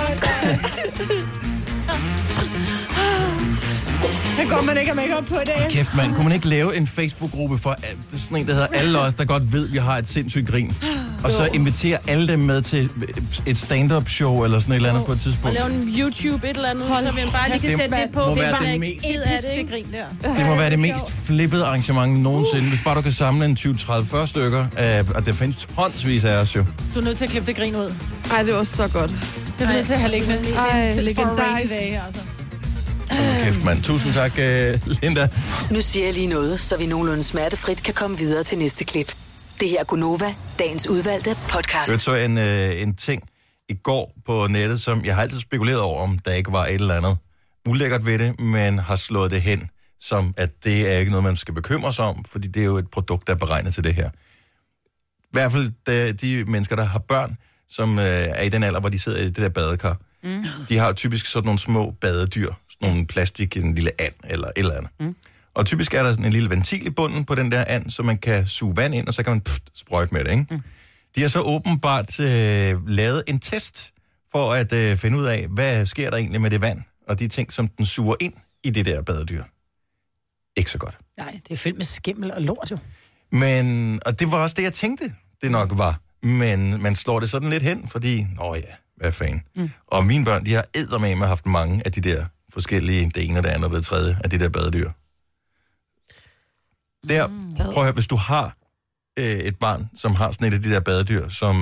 Det går man ikke at make op på i dag. Kæft, mand. Kunne man ikke lave en Facebook-gruppe for sådan en, der hedder alle os, der godt ved, at vi har et sindssygt grin? Og så invitere alle dem med til et stand-up-show eller sådan et eller andet på et tidspunkt. Og lave en YouTube et eller andet, så vi bare lige kan sætte det på. Det er det mest grin der. Det må være det mest flippede arrangement nogensinde. Hvis bare du kan samle en 20-30-40 stykker, og der findes tonsvis af os jo. Du er nødt til at klippe det grin ud. Ej, det var så godt. Det er nødt til at have liggende. Ej, legendarisk. Kæft, mand. Tusind tak, Linda. Nu siger jeg lige noget, så vi nogenlunde smertefrit kan komme videre til næste klip. Det her er Gunova, dagens udvalgte podcast. Jeg så en ting i går på nettet, som jeg har altid spekuleret over, om der ikke var et eller andet ulækkert ved det, men har slået det hen, som at det er ikke noget, man skal bekymre sig om, fordi det er jo et produkt, der er beregnet til det her. I hvert fald de mennesker, der har børn, som er i den alder, hvor de sidder i det der badekar. De har typisk sådan nogle små badedyr, sådan nogle plastik, en lille and eller et eller andet. Og typisk er der sådan en lille ventil i bunden på den der and, så man kan suge vand ind, og så kan man sprøjte med det, ikke? De har så åbenbart lavet en test for at finde ud af, hvad sker der egentlig med det vand, og de ting, som den suger ind i det der badedyr. Ikke så godt. Nej, det er fyldt med skimmel og lort jo. Men, og det var også det, jeg tænkte, det nok var. Men man slår det sådan lidt hen, fordi, hvad fanden. Og mine børn, de har eddermame haft mange af de der forskellige, det ene og det andet og det tredje, af de der badedyr. Prøv at høre, hvis du har et barn, som har sådan et af de der badedyr, som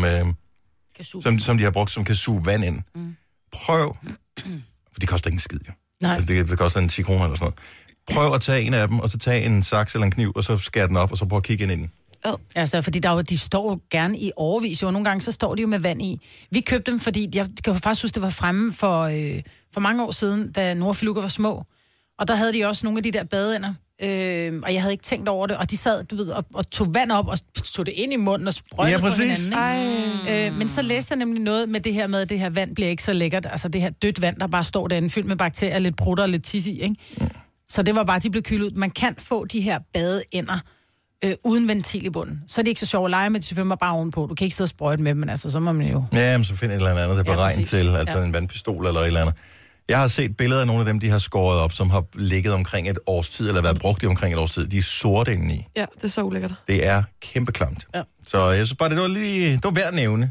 de har brugt, som kan suge vand ind. Prøv, for det koster ikke en skid, jo. Nej. Altså, det koster en 10 kroner eller sådan noget. Prøv at tage en af dem, og så tage en saks eller en kniv, og så skære den op, og så prøv at kigge ind i den. Altså, fordi de står jo gerne i overvis, og nogle gange så står de jo med vand i. Vi købte dem, fordi jeg kan faktisk huske, det var fremme for mange år siden, da Nordfluger var små. Og der havde de også nogle af de der badeender, og jeg havde ikke tænkt over det, og de sad, du ved, og tog vand op, og tog det ind i munden og sprøjtede på hinanden. Men så læste jeg nemlig noget med det her med, at det her vand bliver ikke så lækkert. Altså det her dødt vand, der bare står derinde, fyldt med bakterier, lidt prutter og lidt tis i, ikke? Så det var bare, de blev kylet ud. Man kan få de her badeender uden ventil i bunden. Så er det ikke så sjovt at lege med, de selvfølgelig bare ovenpå. Du kan ikke sidde og sprøjte med dem, men altså, så må man jo... Ja, men så find et eller andet, der er beregnet til, altså en vandpistol eller et eller andet. Jeg har set billeder af nogle af dem, de har skåret op, som har ligget omkring et års tid, eller været brugt i omkring et års tid. De er sorte indeni. Ja, det er så ulækkert. Det er kæmpe klamt. Ja. Så jeg synes bare, det var værd at nævne,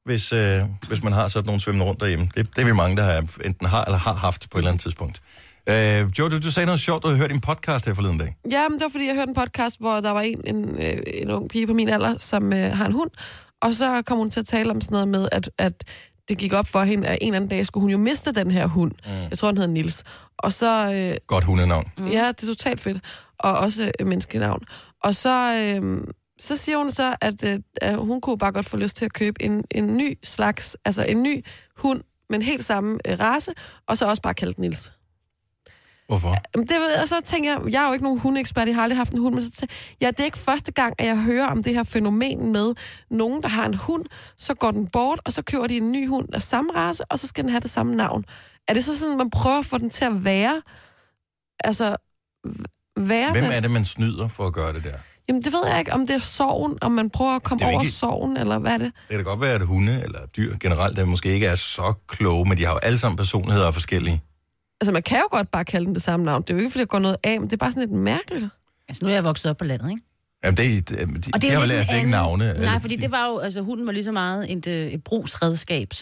hvis man har sådan nogle svømmende rundt derhjemme. Det er vi mange, der har, enten har eller har haft på et eller andet tidspunkt. Joe, du sagde noget sjovt, du havde hørt en podcast her forleden dag. Ja, men det var fordi, jeg hørte en podcast, hvor der var en ung pige på min alder, som har en hund, og så kom hun til at tale om sådan noget med, at det gik op for hende, at en eller anden dag skulle hun jo miste den her hund. Jeg tror, den hedder Nils. Og så... Godt hundenavn. Ja, det er totalt fedt. Og også menneskenavn. Og så siger hun så, at hun kunne bare godt få lyst til at købe en ny slags, altså en ny hund, men helt samme race, og så også bare kalde den Nils. Hvorfor? Og så tænker jeg er jo ikke nogen hundeekspert, jeg har aldrig haft en hund, men så tænker det er ikke første gang, at jeg hører om det her fænomen med nogen, der har en hund, så går den bort, og så køber de en ny hund af samme race, og så skal den have det samme navn. Er det så sådan, man prøver at få den til at være? Altså, Hvem er det, man snyder for at gøre det der? Jamen, det ved jeg ikke, om det er sorgen, om man prøver at komme over sorgen, eller hvad er det? Det kan da godt være, at hunde eller dyr generelt, der måske ikke er så kloge, men de har jo alle sammen personligheder og forskellige. Altså, man kan jo godt bare kalde den det samme navn. Det er jo ikke, fordi der går noget af, men det er bare sådan lidt mærkeligt. Altså, nu er jeg vokset op på landet, ikke? Jamen, de har jo altså ikke navne. Nej, fordi det var jo, altså, hunden var lige så meget et brugsredskab,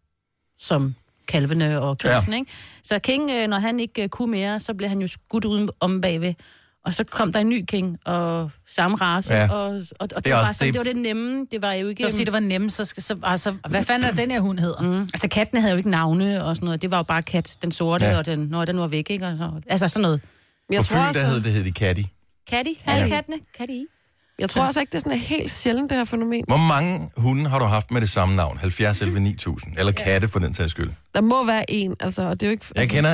som kalvene og grisen, ikke? Så King, når han ikke kunne mere, så blev han jo skudt uden om bagved. Og så kom der en ny King, og samme race, og det var bare sådan, det var det nemme. Det var jo ikke... Det var fordi, det var nemme, så hvad fanden er den her hund hedder? Altså, kattene havde jo ikke navne og sådan noget. Det var jo bare kat, den sorte, og den var væk, ikke? Og så, altså, sådan noget. På Fyn, der hed de Catty. Catty? Alle kattene? Catty? Jeg tror altså ikke, det er sådan helt sjældent, det her fænomen. Hvor mange hunde har du haft med det samme navn? 70 eller 9000? Eller katte for den sags skyld? Der må være en, altså, det er jo ikke...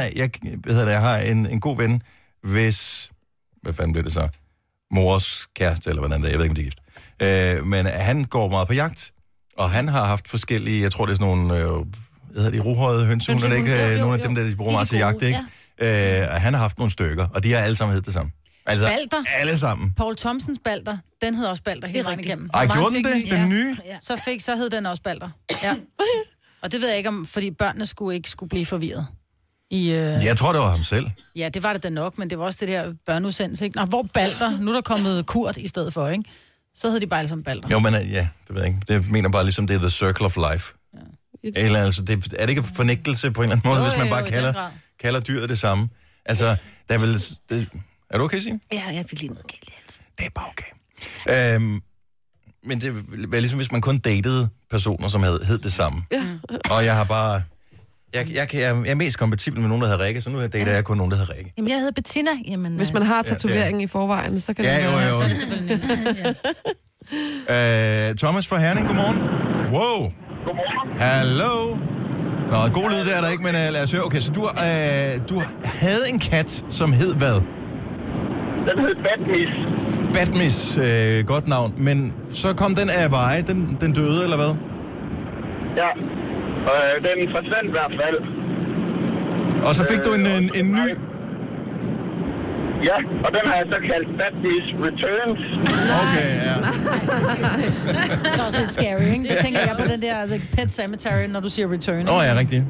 Jeg har en god ven, hvis... Hvad fanden blev det så? Mors kæreste, eller hvordan det er. Jeg ved ikke, om de er gift. Men han går meget på jagt, og han har haft forskellige, jeg tror, det er sådan nogle, hvad hedder de, ruhårede hønsehunde, er det ikke? Nogle af dem, der de bruger meget til jagt, ikke? Og han har haft nogle stykker, og de har alle sammen heddet det samme. Altså, Balder. Alle sammen. Paul Thomsens Balder, den hedder også Balder hele vejen igennem. Ej, gjorde den det? Den nye? Ja. Så hed den også Balder. Ja. Og det ved jeg ikke om, fordi børnene ikke skulle blive forvirret. Jeg tror, det var ham selv. Ja, det var det da nok, men det var også det der børneudsendelse, ikke? Nå, hvor Balder? Nu er der kommet Kurt i stedet for, ikke? Så hed de bare alle sammen Balder. Jo, men ja, det ved jeg ikke. Det mener bare ligesom, det er the circle of life. Ja. Eller altså, er det ikke fornægtelse på en eller anden måde, hvis man bare kalder dyret det samme? Altså, der er vel... Er du okay, Signe? Ja, jeg fik lige noget galt i halsen. Det er bare okay. Men det var ligesom, hvis man kun datede personer, som hed det samme. Ja. Og jeg har bare... Jeg er mest kompatibel med nogen, der hedder Rikke, så nu dater jeg kun nogen, der hedder Rikke. Jamen, jeg hedder Bettina. Jamen, hvis man har tatoveringen i forvejen, så kan det være... Så er det selvfølgelig Thomas fra Herning, godmorgen. Wow. Godmorgen. Hallo. Nå, god lyd der er der ikke, men lad os høre. Okay, så du havde en kat, som hed hvad? Den hed Batmis. Batmis, godt navn. Men så kom den af veje, den døde, eller hvad? Ja, den forsvandt i hvert fald. Og så fik du en ny... Ja, og den har jeg så kaldt Batmis Returns. Okay, ja. Det er også lidt scary, ikke? Det tænker jeg på den der The Pet Cemetery, når du siger return. Ja, rigtigt.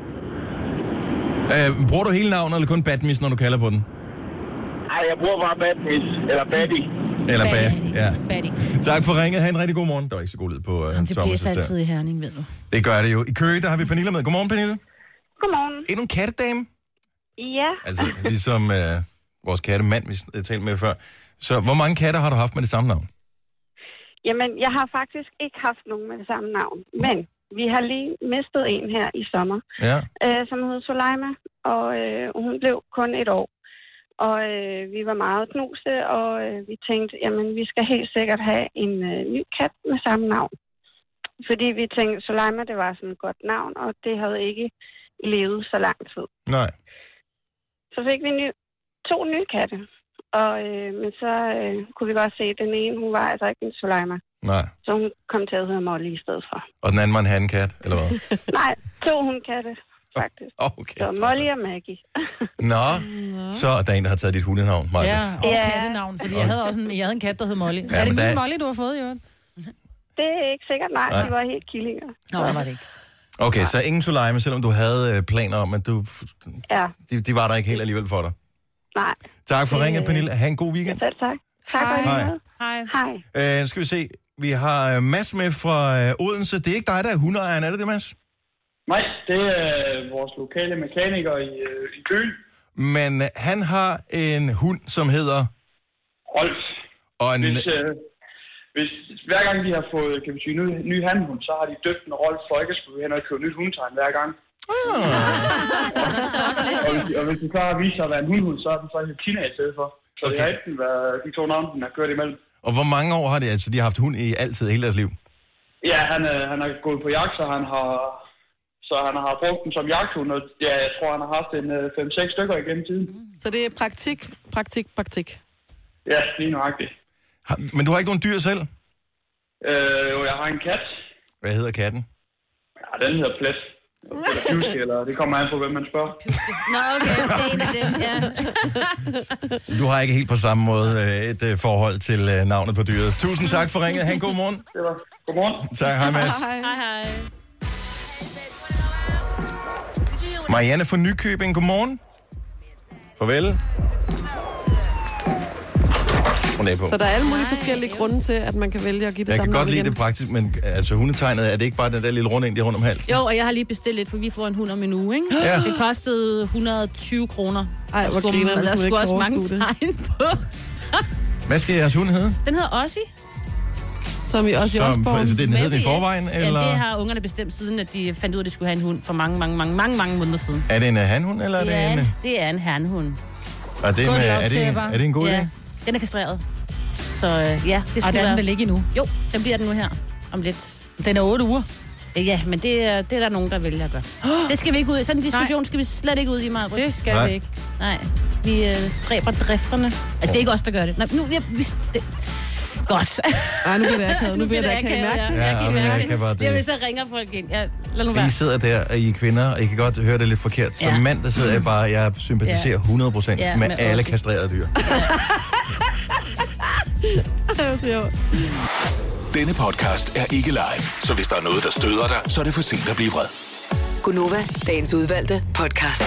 Ja. Bruger du hele navnet, eller kun Batmis, når du kalder på den? Nej, jeg bruger bare Batmis, eller Batty. Eller Bat, ja. Batty. Tak for ringet. Ha' en rigtig god morgen. Der var ikke så god lyd på det blæser altid i Herning, ved du. Det gør det jo. I Køge, der har vi Pernille med. Godmorgen, Pernille. Godmorgen. Endnu en kattedame? Ja. Altså, ligesom vores kattemand, vi talte med før. Så hvor mange katter har du haft med det samme navn? Jamen, jeg har faktisk ikke haft nogen med det samme navn. Men vi har lige mistet en her i sommer, som hed Soleima, og hun blev kun 1 år. Og vi var meget knuste, og vi tænkte, jamen, vi skal helt sikkert have en ny kat med samme navn. Fordi vi tænkte, Soleima, det var sådan et godt navn, og det havde ikke levet så lang tid. Nej. Så fik vi 2 nye katte. Og men så kunne vi godt se, at den ene, hun var altså ikke en Soleima. Nej. Så hun kom til at hedde Molly i stedet for. Og den anden var en hankat, eller hvad? Nej, 2 hundkatte, faktisk. Okay. Så Molly og Maggie. Nå, så er der en, der har taget dit hundenavn, Maja. Ja, og kattenavn, fordi jeg havde også en kat, der hed Molly. Ja, er det min Molly, du har fået, Jørgen? Det er ikke sikkert, nej. De var helt killinger. Nå, det var det ikke. Okay, så ingen Soleima, selvom du havde planer om, at du... Ja. De var der ikke helt alligevel for dig. Nej. Tak for ringet, Pernille. Ha' en god weekend. Selv tak. Tak for det. Hej. Hej. Skal vi se. Vi har Mads med fra Odense. Det er ikke dig, der er hundeejeren, er det, Mads? Nej, det er vores lokale mekaniker i byen. Men han har en hund, som hedder... Rolf. Og hvis hver gang de har fået, kan vi sige, ny handhund, så har de døbt en Rolf for ikke at skulle hen og købe nyt hundetegn hver gang. Og hvis det så viser sig at være en hundhund, så er den så en Tina i stedet for. Så det har enten været de 2 navne, den har kørt imellem. Og hvor mange år har de haft hund i altid, hele deres liv? Ja, han har gået på jagt, så han har brugt den som jagthund, og ja, jeg tror, han har haft en 5-6 stykker igennem tiden. Så det er praktik. Ja, lige nøjagtigt. Men du har ikke nogen dyr selv? Jo, jeg har en kat. Hvad hedder katten? Ja, den hedder Plet. Eller Pjuske, eller det kommer an på, hvem man spørger. Nå, okay, det er en af dem, ja. Du har ikke helt på samme måde et forhold til navnet på dyret. Tusind tak for ringet. Ha' en god morgen. Det var. Godmorgen. Tak, hej Mads. Hej. Marianne fra Nykøbing, godmorgen. Farvel. Så der er alle mulige forskellige grunde til, at man kan vælge at give det samme navn. Jeg kan godt lide det praktisk, men altså hundetegnet, er det ikke bare den der lille runde ind, de rundt om halsen? Jo, og jeg har lige bestilt lidt, for vi får en hund om en uge, ikke? Ja. Det kostede 120 kroner. Ej, hvor griner der skulle også mange tegn på. Hvad skal jeres hund hedde? Den hedder Ossie. Som i Ossie Osborn. Altså, den hedder den i forvejen, eller? eller? Ja, det har ungerne bestemt siden, at de fandt ud af, at de skulle have en hund for mange måneder siden. Er det en hanhund, eller er det en... det er en hanhund. Er det en god idé? Den er kastreret. Så ja, det skulle være... den vil ligge endnu? Jo, den bliver den nu her om lidt. Den er 8 uger? Ja, men det er der nogen, der vælger at gøre. Det skal vi ikke ud i. Sådan en diskussion skal vi slet ikke ud i, Maja. Det skal vi ikke. Nej, vi dræber drifterne. Altså, det er ikke os, der gør det. Nej, nu... Godt. Ej, nu bliver det akavet. Nu bliver det akavet. Jeg kan bare det. Jamen, så ringer folk ind. Lad nu være. Vi sidder der, og I er kvinder, og I kan godt høre det lidt forkert. Som mand, der sidder jeg bare, jeg sympatiserer 100% med alle kastrerede dyr. Denne podcast er ikke live, så hvis der er noget, der støder dig, så er det for sent at blive vred. Gunova, dagens udvalgte podcast.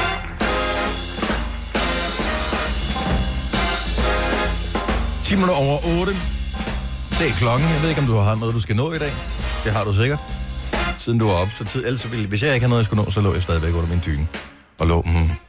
Minutter over 8. Det er klokken. Jeg ved ikke, om du har noget, du skal nå i dag. Det har du sikkert. Siden du var op, så tid. Ellers hvis jeg ikke har noget, jeg skulle nå, så lå jeg stadigvæk under min dyne. Og lå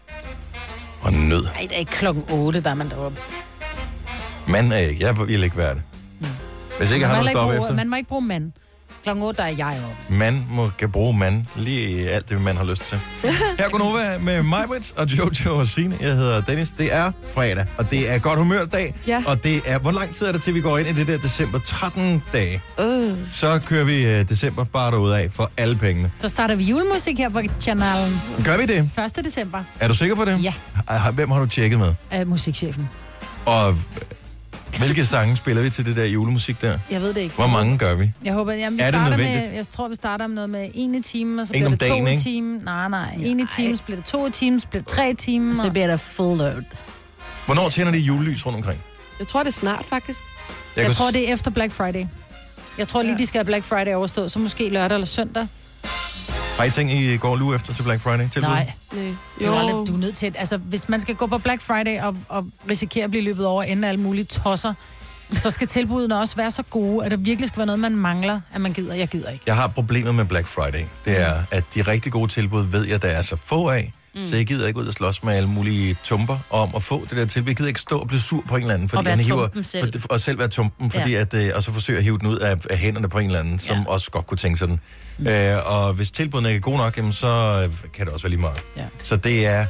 og nød. Nej, det er ikke klokken 8, der er man deroppe. Mand er ikke. Jeg vil ikke være det. Hvis ikke jeg har noget at stoppe efter. Man må ikke bruge mand. Klokken 8, der er jeg oppe. Man kan bruge mand lige alt det, man har lyst til. Her går Nova med Majbrit og Jojo og Signe. Jeg hedder Dennis. Det er fredag, og det er godt humørdag. Ja. Og det er, hvor lang tid er det til, vi går ind i det der december? 13 dage. Så kører vi december bare derude af for alle pengene. Så starter vi julemusik her på kanalen. Gør vi det? 1. december. Er du sikker på det? Ja. Hvem har du tjekket med? Musikchefen. Og hvilke sange spiller vi til det der julemusik der? Jeg ved det ikke. Hvor mange gør vi? Jeg håber, vi starter med, jeg tror, vi starter med noget med 1 time, og så bliver det 2 i timen. Nej. 1 i timen, så bliver det 2 i timen, så bliver det 3 i timen. Så bliver der full load. Hvornår tænder de julelys rundt omkring? Jeg tror, det er snart, faktisk. Jeg tror, det er efter Black Friday. Jeg tror lige, de skal have Black Friday overstået, så måske lørdag eller søndag. Har I tænkt, I går luge efter til Black Friday? Nej. Du er nødt til, altså hvis man skal gå på Black Friday og risikere at blive løbet over enden af alle mulige tosser, så skal tilbudene også være så gode, at der virkelig skal være noget, man mangler, at man gider. Jeg gider ikke. Jeg har problemet med Black Friday. Det er, at de rigtig gode tilbud ved jeg, der er så få af, så jeg gider ikke ud og slås med alle mulige tumper om at få det der tilbud. Jeg gider ikke stå og blive sur på en eller anden, fordi han hiver, og selv være tumpen, fordi at, og så forsøger at hive den ud af hænderne på en eller anden, som også godt kunne tænke sådan. Og hvis tilbudene ikke er gode nok, jamen, så kan det også være lige meget. Ja. Så det er,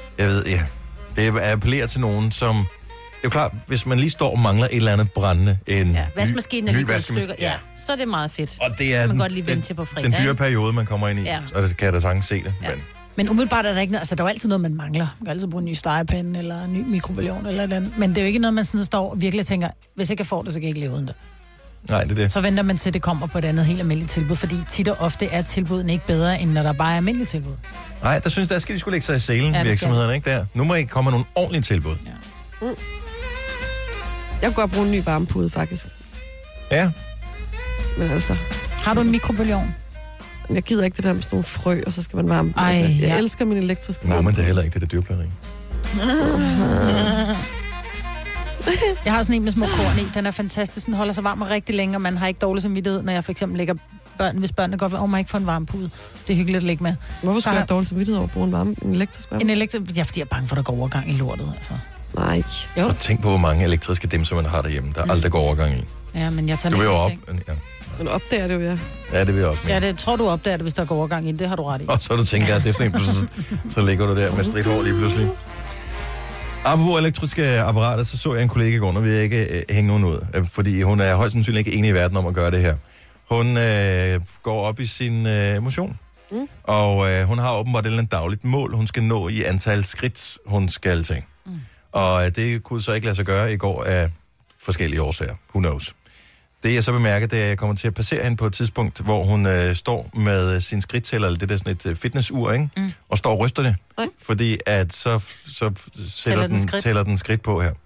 det appellerer til nogen, som... Det er jo klart, hvis man lige står og mangler et eller andet brændende, vaskemaskinen er lige gået stykker, så er det meget fedt. Og det er man kan godt lige vente til på fredag. Den dyre periode, man kommer ind i, og det kan jeg da sagtens se det. Ja. Men umiddelbart er der ikke noget, altså der er jo altid noget, man mangler. Man kan altid bruge en ny stegepande, eller en ny mikrobølgeovn, eller andet. Men det er jo ikke noget, man sådan står og virkelig tænker, hvis jeg kan få det, så kan jeg ikke leve uden det. Nej, det er det. Så venter man til, det kommer på et andet helt almindeligt tilbud, fordi tit og ofte er tilbudene ikke bedre, end når der bare er almindeligt tilbud. Nej, der skal de sgu lægge sig i selen, virksomhederne, ikke der? Nu må I komme med nogle ordentlige tilbud. Ja. Jeg kunne godt bruge en ny varmepude, faktisk. Ja. Men altså... Har du en mikrobølgeovn? Jeg gider ikke det der med sådan nogle frø, og så skal man varme. Jeg elsker min elektriske varme. Må man det heller ikke, det er dyrplageri. Jeg har sådan en med små korn i. Den er fantastisk. Den holder sig varm og rigtig længe, og man har ikke dårlig samvittighed, når jeg for eksempel lægger børn, hvis børnene godt vil, må jeg ikke få en varmepude. Det er hyggeligt at lægge med. Hvorfor skulle jeg have dårlig samvittighed over at bruge en elektrisk varme? Ja, fordi jeg er bange for, at der går overgang i lortet, altså. Nej. Jo. Så tænk på, hvor mange elektriske dimser man har derhjemme, der aldrig går overgang i. Ja, men jeg tager du vil jo op. Ja. Men opdager det jo, ja. Ja, det vil jeg også med. Ja, det tror du opdager det, hvis der går overgang i. Det har du ret i. Og så du tænker, at det er sådan en, så ligger du der med stridt hår lige pludselig. Apropos elektriske apparater, så jeg en kollega i går, og vi ikke hænge nogen ud, fordi hun er højst sandsynligt ikke enig i verden om at gøre det her. Hun går op i sin motion, og hun har åbenbart et eller andet dagligt mål, hun skal nå i antal skridt, hun skal tage. Og det kunne så ikke lade sig gøre i går af forskellige årsager. Who knows? Det jeg så bemærker, det er, at jeg kommer til at passere hende på et tidspunkt, hvor hun står med sin skridttæller, eller det der sådan et fitnessur, ikke? Og står og ryster det. Fordi at så tæller den skridt på her.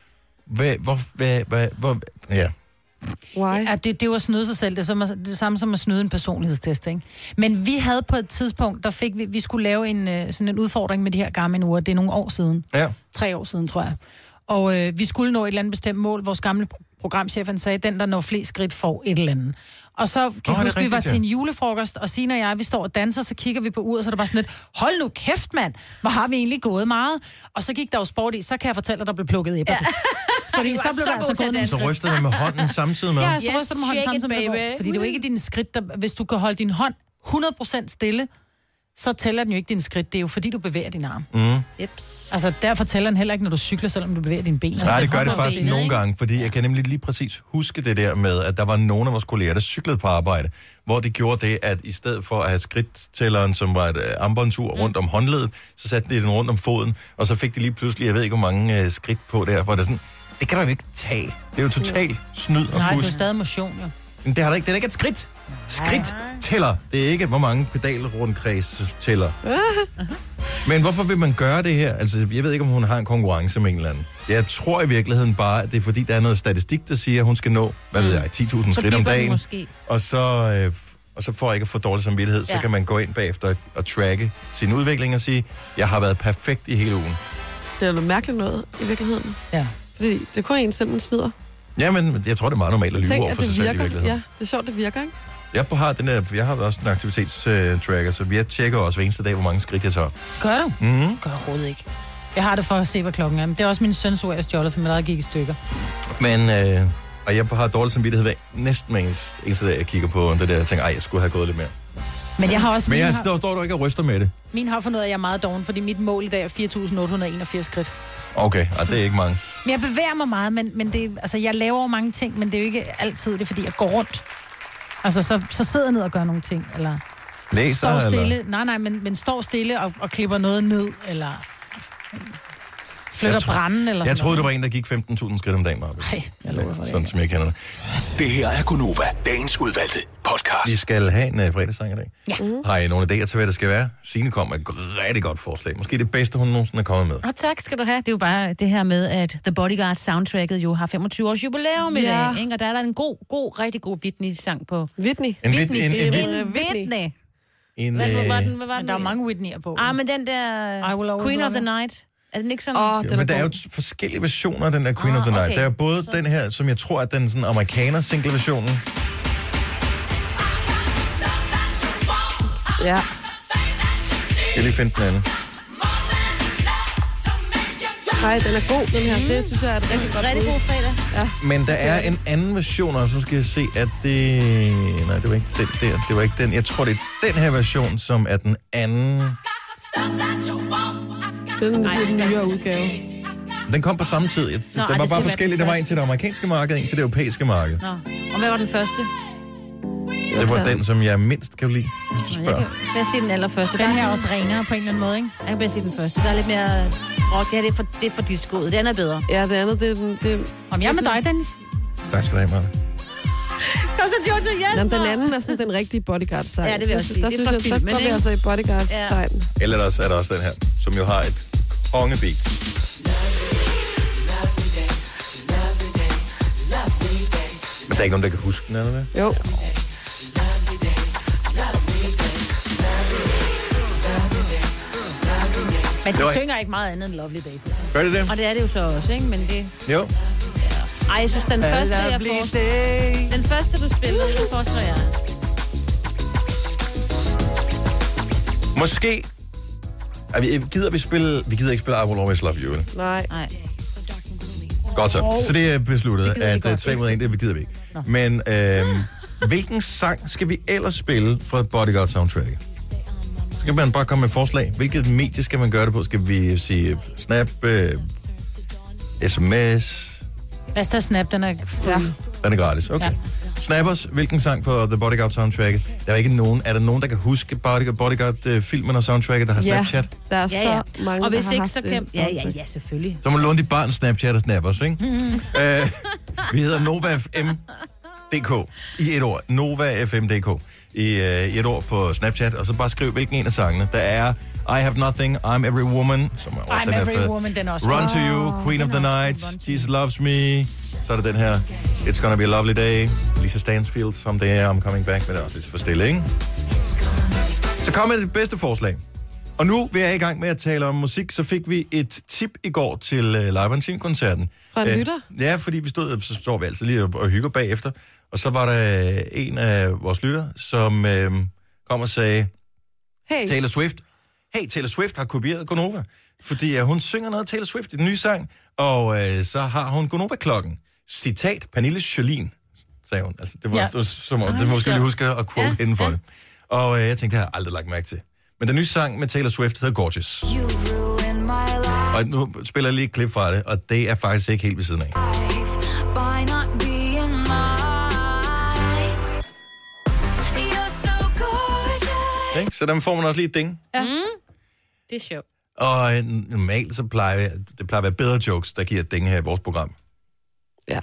Ja. Why? Ja, det var at snyde sig selv. Det er det samme som at snyde en personlighedstest, ikke? Men vi havde på et tidspunkt, der fik vi skulle lave sådan en udfordring med de her Garmin-ure. Det er nogle år siden. Ja. 3 år siden, tror jeg. Og vi skulle nå et eller andet bestemt mål. Vores gamle programchef, han sagde, den der når flest skridt får et eller andet. Og så kan jeg huske, vi var til en julefrokost, og Signe og jeg, vi står og danser, så kigger vi på uret, og så er der bare sådan lidt, hold nu kæft, mand, hvor har vi egentlig gået meget? Og så gik der jo sport i, så kan jeg fortælle, at der blev plukket æbler. Ja. Fordi så blev der altså gået... Så ryster man med hånden samtidig med? Ja, så ryster du med hånden samtidig med. Fordi det er jo ikke dine skridt, der, hvis du kan holde din hånd 100% stille, så tæller den jo ikke din skridt. Det er jo fordi, du bevæger din arm. Altså, derfor tæller den heller ikke, når du cykler, selvom du bevæger dine ben. Nej, det gør det faktisk nogle gange, fordi jeg kan nemlig lige præcis huske det der med, at der var nogle af vores kolleger, der cyklede på arbejde, hvor de gjorde det, at i stedet for at have skridttælleren, som var et armbåndsur rundt om håndledet, så satte de den rundt om foden, og så fik de lige pludselig, jeg ved ikke, hvor mange skridt på der, hvor det sådan, det kan du jo ikke tage. Det er jo totalt snyd og fusk. Nej, det er stadig motion, jo. Men det er ikke et skridt. Skridt tæller. Det er ikke, hvor mange pedalrundkreds tæller. Men hvorfor vil man gøre det her? Altså, jeg ved ikke, om hun har en konkurrence med en eller anden. Jeg tror i virkeligheden bare, at det er fordi, der er noget statistik, der siger, at hun skal nå, hvad ved jeg, 10.000 skridt om dagen. Og så for ikke at få dårlig samvittighed, så kan man gå ind bagefter og tracke sin udvikling og sige, jeg har været perfekt i hele ugen. Det er noget mærkeligt noget i virkeligheden. Ja. Fordi det er kun en selv, man snyder. Jamen, jeg tror, det er meget normalt at lyve over for sig selv i virkeligheden. Ja, det er sjovt, det virker, ikke? Jeg har også en aktivitetstracker, så jeg tjekker også hver eneste dag, hvor mange skridt jeg tager. Gør du? Mm-hmm. Gør overhovedet ikke. Jeg har det for at se, hvad klokken er. Men det er også min søns ord, jeg stjålet, for mit eget gik i stykker. Men, og jeg har dårlig samvittighed hver næsten eneste dag, jeg kigger på det der, jeg tænker, jeg skulle have gået lidt mere. Men jeg har også... Men jeg står du ikke og ryster med det. Min har fundet ud af, at jeg er meget doven, fordi mit mål i dag er 4.881 skridt. Okay, og det er ikke mange. Men jeg bevæger mig meget, men det, altså, jeg laver mange ting, men det er jo ikke altid det, fordi jeg går rundt. Altså, så sidder jeg ned og gør nogle ting, eller... Læser, står stille. Eller? Nej, men står stille og klipper noget ned, eller... flytter branden, eller jeg troede, det var en, der gik 15.000 skridt om dagen. Nej, jeg lover for det. Sådan som jeg kender det. Det her er Gunova, dagens udvalgte podcast. Vi skal have en fredagssang i dag. Ja. Har I nogle idéer til, hvad det skal være? Signe kom med et rigtig godt forslag. Måske det bedste, hun nogensinde er kommet med. Og tak skal du have. Det er jo bare det her med, at The Bodyguard soundtracket jo har 25 års jubilæum i dag. Ikke? Og der er der en rigtig god Whitney-sang på. Whitney? Whitney. Hvad var den? Men der er mange Whitney'er på. Men den der Queen of the Night. Er den ikke sådan? Men der er jo forskellige versioner af den der Queen of the Night. Okay. Der er både den her, som jeg tror er den sådan amerikaner single-versionen. Ja. Jeg kan lige finde den anden. Nej, den er god, den her. Det synes jeg er et rigtig godt rigtig god fredag. Ja. Men der er en anden version, og så skal jeg se, at det... Nej, det var ikke den der. Det var ikke den. Jeg tror, det er den her version, som er den anden... Det er sådan en nyere udgave. Den kom på samme tid. Der var bare forskellige. Der var en til det amerikanske marked, en til det europæiske marked. Nå. Og hvad var den første? Det var den, som jeg mindst kan lide, hvis du spørger. Bedst i den allerførste. Den her er også renere på en eller anden måde, ikke? Jeg kan bedst i den første. Der er lidt mere rock. Det er for discoet. Det andet er bedre. Ja, det andet, det Om jeg er med dig, Dennis. Tak skal du have, Marla. Kom så, Giorgio, hjælp. Jamen, den anden er sådan den rigtige bodyguard-sejl. Ja, det vil jeg også sige. Der synes jeg, der går vi altså i bodyguard-sejl. Ja. Eller er der også den her, som jo har et kongebeat. Men der er ikke nogen, der kan huske den, eller hvad? Jo. Men de synger ikke meget andet end Lovely Day. Gør det det? Og det er det jo så også, ikke? Men det... Jo. Ej, jeg synes, den første, jeg får... Den første, du spillede, den foreslår jeg. Måske... Gider vi spille... Vi gider ikke spille I Will Always Love You, eller? Nej. Godt så. Så det er besluttet, at 3 mod 1, det gider vi ikke. Nå. Men hvilken sang skal vi ellers spille fra Bodyguard soundtracket? Så kan man bare komme med forslag. Hvilket medie skal man gøre det på? Skal vi sige Snap, SMS... Hvad er Snap? Den er fuld. Den er gratis, okay. Ja. Snappers, hvilken sang for The Bodyguard soundtracket? Der er ikke nogen. Er der nogen, der kan huske Bodyguard-filmen og soundtracket, der har Snapchat? Der er så mange, og hvis der ikke, har så kan... Ja, selvfølgelig. Så må låne dit barn Snapchat og Snappers, ikke? Vi hedder NovaFM.dk i et ord. NovaFM.dk i et ord på Snapchat, og så bare skriv, hvilken en af sangene. Der er I Have Nothing, I'm Every Woman, som er I'm Every Woman, den er også. Run to You, Queen of the Night, Jesus Loves Me. Så er der den her, It's Gonna Be a Lovely Day, Lisa Stansfield, Someday I'm Coming Back, men det er også lidt for stille, ikke? Så kom med det bedste forslag. Og nu vil jeg i gang med at tale om musik, så fik vi et tip i går til Live on Scene-koncerten. Fra en lytter? Ja, fordi vi står vi altid lige og hygger bagefter. Og så var der en af vores lytter, som kom og sagde, hey. Taylor Swift har kopieret Gonova. Fordi hun synger noget af Taylor Swift i den nye sang, og så har hun Gonova-klokken. Citat, Pernille Sjølin, sagde hun. Altså, det var som om, det måske lige huske at quote hende for det. Og jeg tænkte, det har jeg aldrig lagt mærke til. Men den nye sang med Taylor Swift hedder Gorgeous. Og nu spiller jeg lige et klip fra det, og det er faktisk ikke helt ved siden af. Okay, så der får man også lige et ding. Ja. Det er sjovt. Og normalt så plejer det at være bedre jokes, der giver et ding her i vores program. Ja.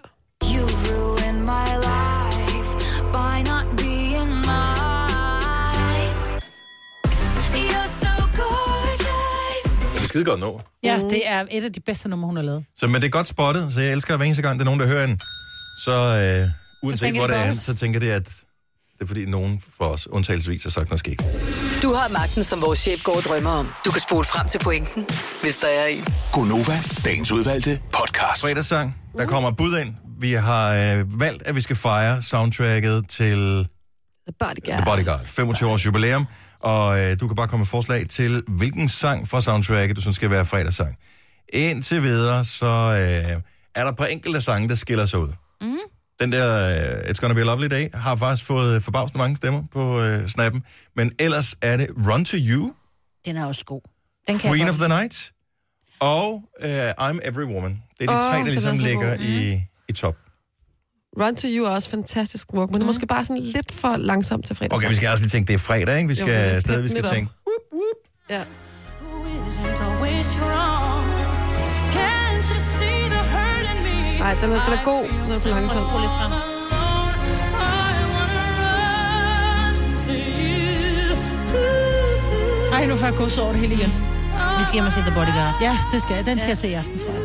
skide godt nummer. Ja, det er et af de bedste numre, hun har lavet. Så men det er godt spottet, så jeg elsker hver eneste gang, der er nogen, der hører den. Så uanset hvor det er, så tænker det, at det er fordi nogen for os undtagelsesvis har sagt noget skægt. Du har magten, som vores chef går og drømmer om. Du kan spole frem til pointen, hvis der er en. Gonova, dagens udvalgte podcast. Fredagssang, der kommer bud ind. Vi har valgt, at vi skal fejre soundtracket til The Bodyguard. 25 års jubilæum. Og du kan bare komme med forslag til, hvilken sang fra soundtracket, du synes skal være fredagssang. Indtil videre, så er der et par enkelte sange, der skiller sig ud. Mm. Den der It's Gonna Be a Lovely Day har faktisk fået forbavsende mange stemmer på snappen. Men ellers er det Run to You. Den er også god. Den kan Queen of the Night. Og I'm Every Woman. Det er de tre, der ligesom ligger i top. Run to You er også fantastisk smuk, men det er måske bare sådan lidt for langsomt til fredag. Okay, vi skal også lige tænke, det er fredag, ikke? Vi skal stadig tænke, whoop, whoop. Ja. Nej, den er god. Den er for langsomt. Ej, nu får jeg gås over det hele igen. Vi skal hjem og se The Bodyguard. Ja, det skal jeg. Den skal jeg se i aften, tror jeg.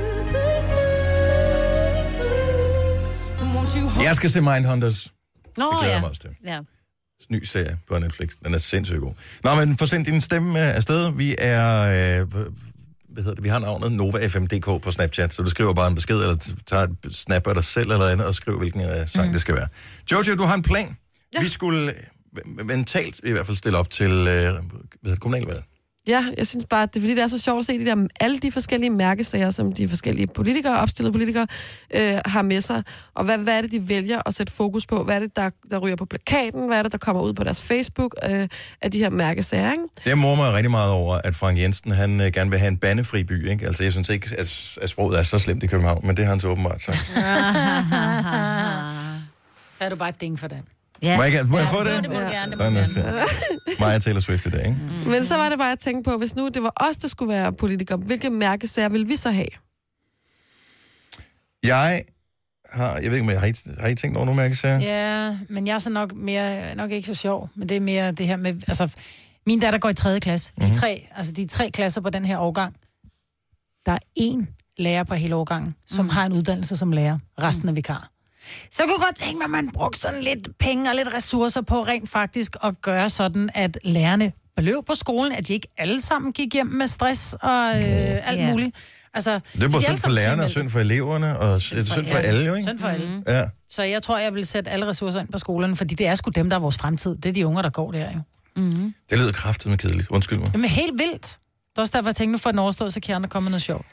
Jeg skal se Mindhunters. Nå, det glæder mig også til. Ja. Ny serie på Netflix. Den er sindssygt god. Nå, men få sendt din stemme afsted. Vi er... vi har navnet NovaFM.dk på Snapchat, så du skriver bare en besked, eller tager et snap af dig selv eller andet, og skriver, hvilken sang det skal være. Jojo, du har en plan. Ja. Vi skulle mentalt i hvert fald stille op til kommunalvalget. Ja, jeg synes bare, at det er fordi, det er så sjovt at se alle de forskellige mærkesager, som de forskellige opstillede politikere, har med sig. Og hvad er det, de vælger at sætte fokus på? Hvad er det, der ryger på plakaten? Hvad er det, der kommer ud på deres Facebook af de her mærkesager, ikke? Det morer mig rigtig meget over, at Frank Jensen, han gerne vil have en bandefri by, ikke? Altså, jeg synes ikke, at sproget er så slemt i København, men det har han så åbenbart sagt. Så er du bare et ding for den. Ja. Må jeg få det? Det må du gerne. Maja Taylor Swift i dag, ikke? Men så var det bare at tænke på, hvis nu det var os, der skulle være politikere, hvilke mærkesager ville vi så have? Jeg ved ikke, men har I tænkt over nogle mærkesager? Ja, men jeg er så nok ikke så sjov, men det er mere det her med, altså, min datter går i 3. klasse. De 3 klasser på den her årgang. Der er 1 lærer på hele årgangen, som har en uddannelse som lærer. Resten er vikar. Så jeg kunne godt tænke mig, at man brugte sådan lidt penge og lidt ressourcer på rent faktisk at gøre sådan, at lærerne blev på skolen, at de ikke alle sammen gik hjem med stress og alt muligt. Altså, det er både synd for lærerne og synd for eleverne, og synd for alle, jo, ikke? Synd for alle. Ja. Så jeg tror, jeg vil sætte alle ressourcer ind på skolerne, fordi det er sgu dem, der er vores fremtid. Det er de unger, der går der, jo. Mm-hmm. Det lyder kraftedeme kedeligt. Undskyld mig. Jamen helt vildt. Det er også derfor, jeg tænkte, nu for den overstået, så kan der komme noget sjovt.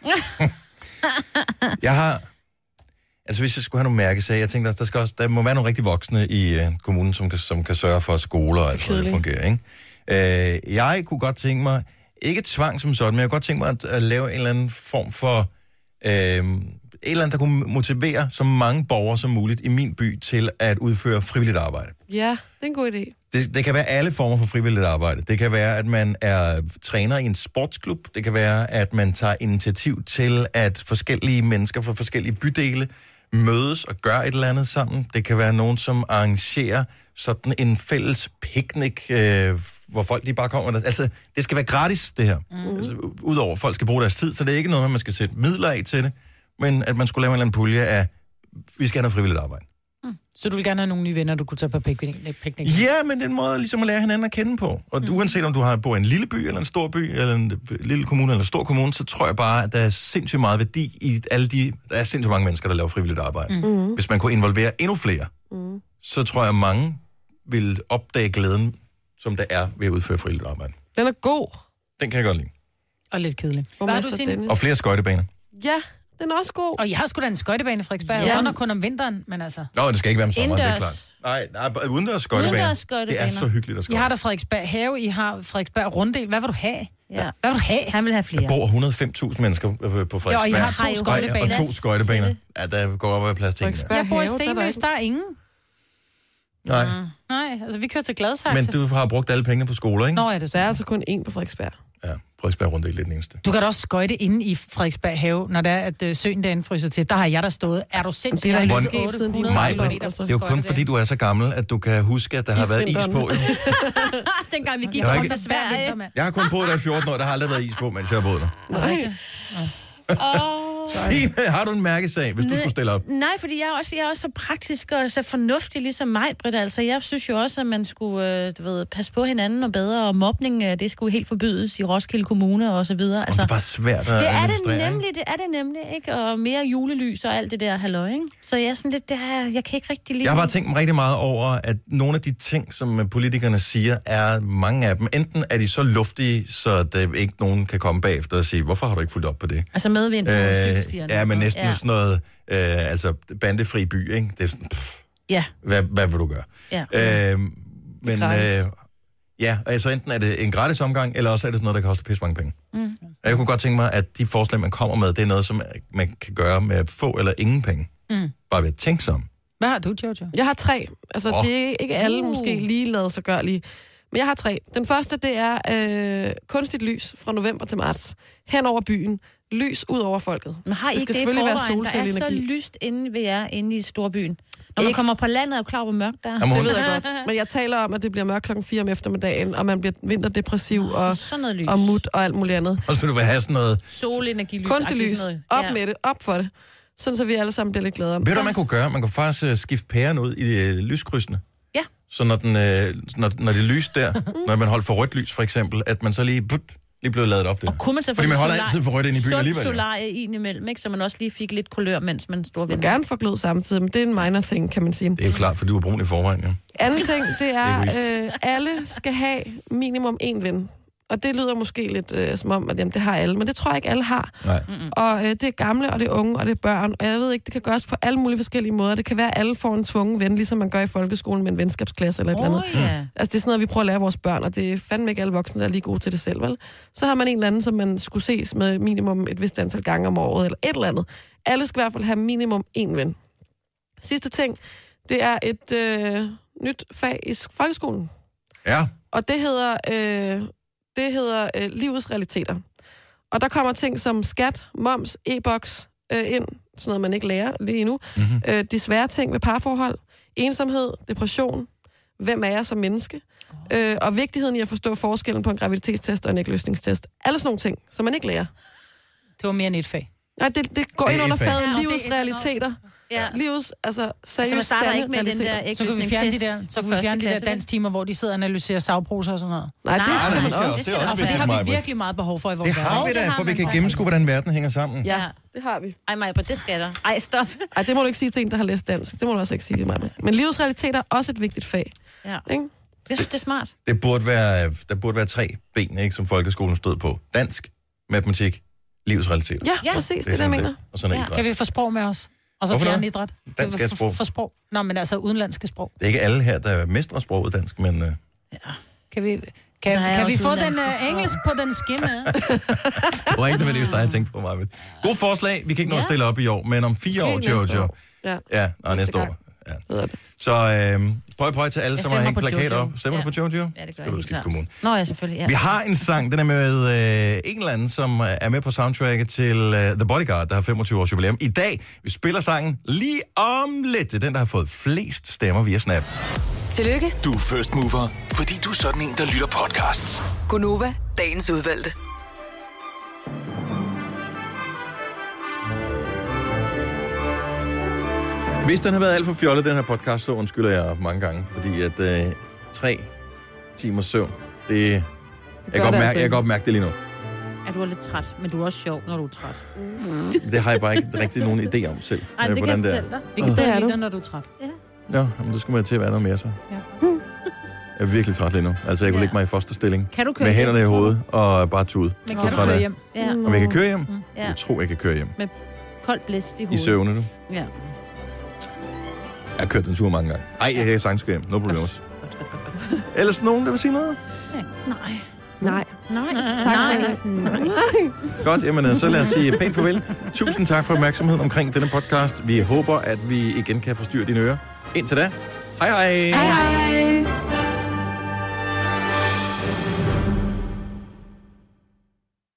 Jeg har... Altså, hvis jeg skulle have nogle mærkesager, jeg tænkte, at der må være nogle rigtig voksne i kommunen, som kan sørge for, at skoler og alt det fungerer, ikke? Jeg kunne godt tænke mig, ikke tvang som sådan, men jeg kunne godt tænke mig at lave en eller anden form for, et eller andet, der kunne motivere så mange borgere som muligt i min by til at udføre frivilligt arbejde. Ja, det er en god idé. Det kan være alle former for frivilligt arbejde. Det kan være, at man er træner i en sportsklub. Det kan være, at man tager initiativ til, at forskellige mennesker fra forskellige bydele mødes og gør et eller andet sammen. Det kan være nogen, som arrangerer sådan en fælles picnic, hvor folk de bare kommer. Altså, det skal være gratis, det her. Altså, udover, folk skal bruge deres tid, så det er ikke noget, man skal sætte midler af til det, men at man skulle lave en eller anden pulje af, vi skal have noget frivilligt arbejde. Så du vil gerne have nogle nye venner, du kunne tage på picnic? Ja, men det er en måde ligesom at lære hinanden at kende på. Og uanset om du bor i en lille by, eller en stor by, eller en lille kommune, eller en stor kommune, så tror jeg bare, at der er sindssygt meget værdi i der er sindssygt mange mennesker, der laver frivilligt arbejde. Hvis man kunne involvere endnu flere, så tror jeg, mange vil opdage glæden, som der er ved at udføre frivilligt arbejde. Den er god. Den kan jeg godt lide. Og lidt kedelig. Hvad har du sige? Og flere skøjtebaner. Ja, den er også god. Og jeg har sgu da en skøjtebane i Frederiksberg. Jeg runder kun om vinteren, men altså... Nå, det skal ikke være om sommeren, det er klart. Nej, udendørs skøjtebaner. Det er så hyggeligt at skøjte. I har der Frederiksberg Have, I har Frederiksberg Runddel. Hvad vil du have? Ja. Hvad vil du have? Han vil have flere. Der bor 105.000 mennesker på Frederiksberg. Ja, og I har 2 skøjtebaner. Og 2 skøjtebaner. Ja, der går op af plads til. Jeg bor i Stenløs, der er ingen. Nej. Nej, altså vi kører til Gladsaxe. Men du har brugt alle pengene på skoler, ikke? Nå ja, det er altså kun 1 på Frederiksberg. Ja. Frederiksberg Runde er ikke den eneste. Du kan da også skøjte inde i Frederiksberg Have, når det er, at søen derinde fryser til. Der har jeg der stået. Er du sindssygt? Det er Jeg har ikke løbet sket siden 800 de kilometer for Det er jo kun skøjte fordi, du er så gammel, at du kan huske, at der har været is på. Jo. Dengang vi gik Jeg har over ikke- til Sverige. Jeg har kun boet der i 14 år, der har aldrig været is på, mens jeg har boet der. Nej. Signe, har du en mærkesag, hvis du skulle stille op? Nej, fordi jeg er også så praktisk og så fornuftig, ligesom mig, Britt. Altså, jeg synes jo også, at man skulle passe på hinanden og bedre, og mobning, det skulle helt forbydes i Roskilde Kommune og så videre. Altså, Det er bare svært at administrere, det er det nemlig, ikke? Og mere julelys og alt det der halløj, ikke? Så jeg er sådan lidt, jeg kan ikke rigtig lide. Jeg har bare tænkt mig rigtig meget over, at nogle af de ting, som politikerne siger, er mange af dem. Enten er de så luftige, så der ikke nogen kan komme bagefter og sige, hvorfor har du ikke fulgt op på det? Altså medvind på cykelstierne. Ja, men næsten sådan noget, altså bandefri by, ikke? Det er sådan, ja. Hvad vil du gøre? Ja. Men ja, altså enten er det en gratis omgang, eller også er det sådan noget, der koster pisse mange penge. Mm. Jeg kunne godt tænke mig, at de forslag, man kommer med, det er noget, som man kan gøre med få eller ingen penge. Bare ved at tænke sig om. Hvad har du, Jojo? Jeg har 3. Altså, det er ikke alle måske lige lavet sig gøre lige. Men jeg har 3. Den første, det er kunstigt lys fra november til marts. Hen over byen. Lys ud over folket. Men har I ikke det i forvejen? Der er så lyst inde ved jer, inde i storbyen. Når man kommer på landet, er jo klar, hvor mørkt der er. Det ved jeg godt. Men jeg taler om, at det bliver mørkt 4:00 om eftermiddagen, og man bliver vinterdepressiv og mut og alt muligt andet. Og så du vil have sådan noget... Solenergilys. Kunstigt lys. Op med det. Op for det. Sådan, så vi alle sammen bliver lidt gladere. Ved du, hvad man kunne gøre? Man kunne faktisk skifte pæren ud i lyskrydsene. Ja. Så når det lys der, når man holder for rødt lys for eksempel, at man så lige blev ladet op der. Og kunne man så fordi man holder altid for rødt ind i byen alligevel. Solarie imellem, ikke? Så man også lige fik lidt kulør, mens man stod ved. Man gerne får glød samtidig, men det er en minor thing, kan man sige. Det er jo klart, for du er brun i forvejen, ja. Anden ting, det er, alle skal have minimum 1 ven. Og det lyder måske lidt som om, at jamen, det har alle, men det tror jeg ikke, alle har. Nej. Og det er gamle, og det er unge, og det er børn. Og jeg ved ikke, det kan gøres på alle mulige forskellige måder. Det kan være, at alle får en tvungen ven, ligesom man gør i folkeskolen med en venskabsklasse eller et eller andet. Yeah. Altså, det er sådan noget, vi prøver at lære vores børn, og det er fandme ikke alle voksne, der er lige gode til det selv, vel? Så har man en eller anden, som man skulle ses med minimum et vist antal gange om året, eller et eller andet. Alle skal i hvert fald have minimum 1 ven. Sidste ting, det er et nyt fag i folkeskolen. Ja. Og det hedder livets realiteter. Og der kommer ting som skat, moms, e-boks ind, sådan noget, man ikke lærer lige nu. Mm-hmm. De svære ting ved parforhold, ensomhed, depression, hvem er jeg som menneske, og vigtigheden i at forstå forskellen på en graviditetstest og en ægløsningstest. Alle sådan nogle ting, som man ikke lærer. Det var mere end et fag. Nej, det går ind under faget Ja, livets realiteter. Ja. Livets, altså seriøst man starter sande ikke med den realiteter. der Så kan vi fjerne de der klasse, danstimer, hvor de sidder og analyserer savproser og sådan noget. Nej, det Nej, skal det man skal også. også. Det er også Det har vigtigt, vi virkelig meget behov for i vores Det har vi da, for vi kan gennemskue, hvordan verden hænger sammen. Ja, det har vi. Ej, Maja, det skal der. Ej, stop. Ej, det må du ikke sige til en, der har læst dansk. Det må du også ikke sige til mig. Men livets realiteter er også et vigtigt fag. Ja. Ikke? Jeg synes, det er smart. Der burde være 3 ben, ikke, som folkeskolen stod på. Dansk, matematik, livets realiteter. Ja, præcis, det er det, jeg mener. Og sådan idræt. Kan vi få sprog med os? Og så Hvorfor fjerne noget? idræt. Dansk er et sprog. For sprog. Nå, men altså udenlandske sprog. Det er ikke alle her, der mestrer sproget dansk, men... Kan vi også få den udenlandske sprog. engelsk på den skinne? Det var ikke nødvendigvis dig, jeg tænkte på, Marvind. God forslag. Vi kan ikke nå at stille op i år, men om 4 år, Jojo. Ja, næste år. Ja. Så prøv til alle, som har hængt plakater op. Stemmer du på Jojo? Ja, det gør jeg helt klart. Kommune. Nå, ja, selvfølgelig. Ja. Vi har en sang, den er med en eller anden, som er med på soundtracket til The Bodyguard, der har 25 års jubilæum i dag. Vi spiller sangen lige om lidt. Det er den, der har fået flest stemmer via Snap. Tillykke, Du er first mover, fordi du er sådan en, der lytter podcasts. Gunova, dagens udvalgte. Hvis den har været alt for fjollet, den her podcast, så undskylder jeg mange gange, fordi at 3 timers søvn, jeg kan godt mærke det lige nu. Ja, du er lidt træt, men du er også sjov, når du er træt. Det har jeg bare ikke rigtig nogen idé om selv. Ej, det kan jeg fortælle dig. Vi kan bedre lide dig, når du er træt. Ja. Ja, men det skal man til at være noget mere så. Ja. Jeg er virkelig træt lige nu. Altså, jeg kunne lægge mig i fosterstilling. Kan du køre med hjem, hænderne i tror du? hovedet og bare tude. Men Så kan du træt køre af. hjem? Ja. Om jeg kan køre hjem? Ja. Jeg tror, jeg kan køre hjem. Med koldt blæst i I hovedet. søvne nu. Ja. Jeg har kørt den tur mange gange. Ej, jeg kan sagtens køre hjem. No problem. Ellers nogen, der vil sige noget? Nej. Tak for det. Godt, jamen så lad os sige pænt farvel. Tusind tak for opmærksomheden omkring denne podcast. Vi håber, at vi igen kan forstyrre dine ører. Indtil da, hej hej! Hej hej!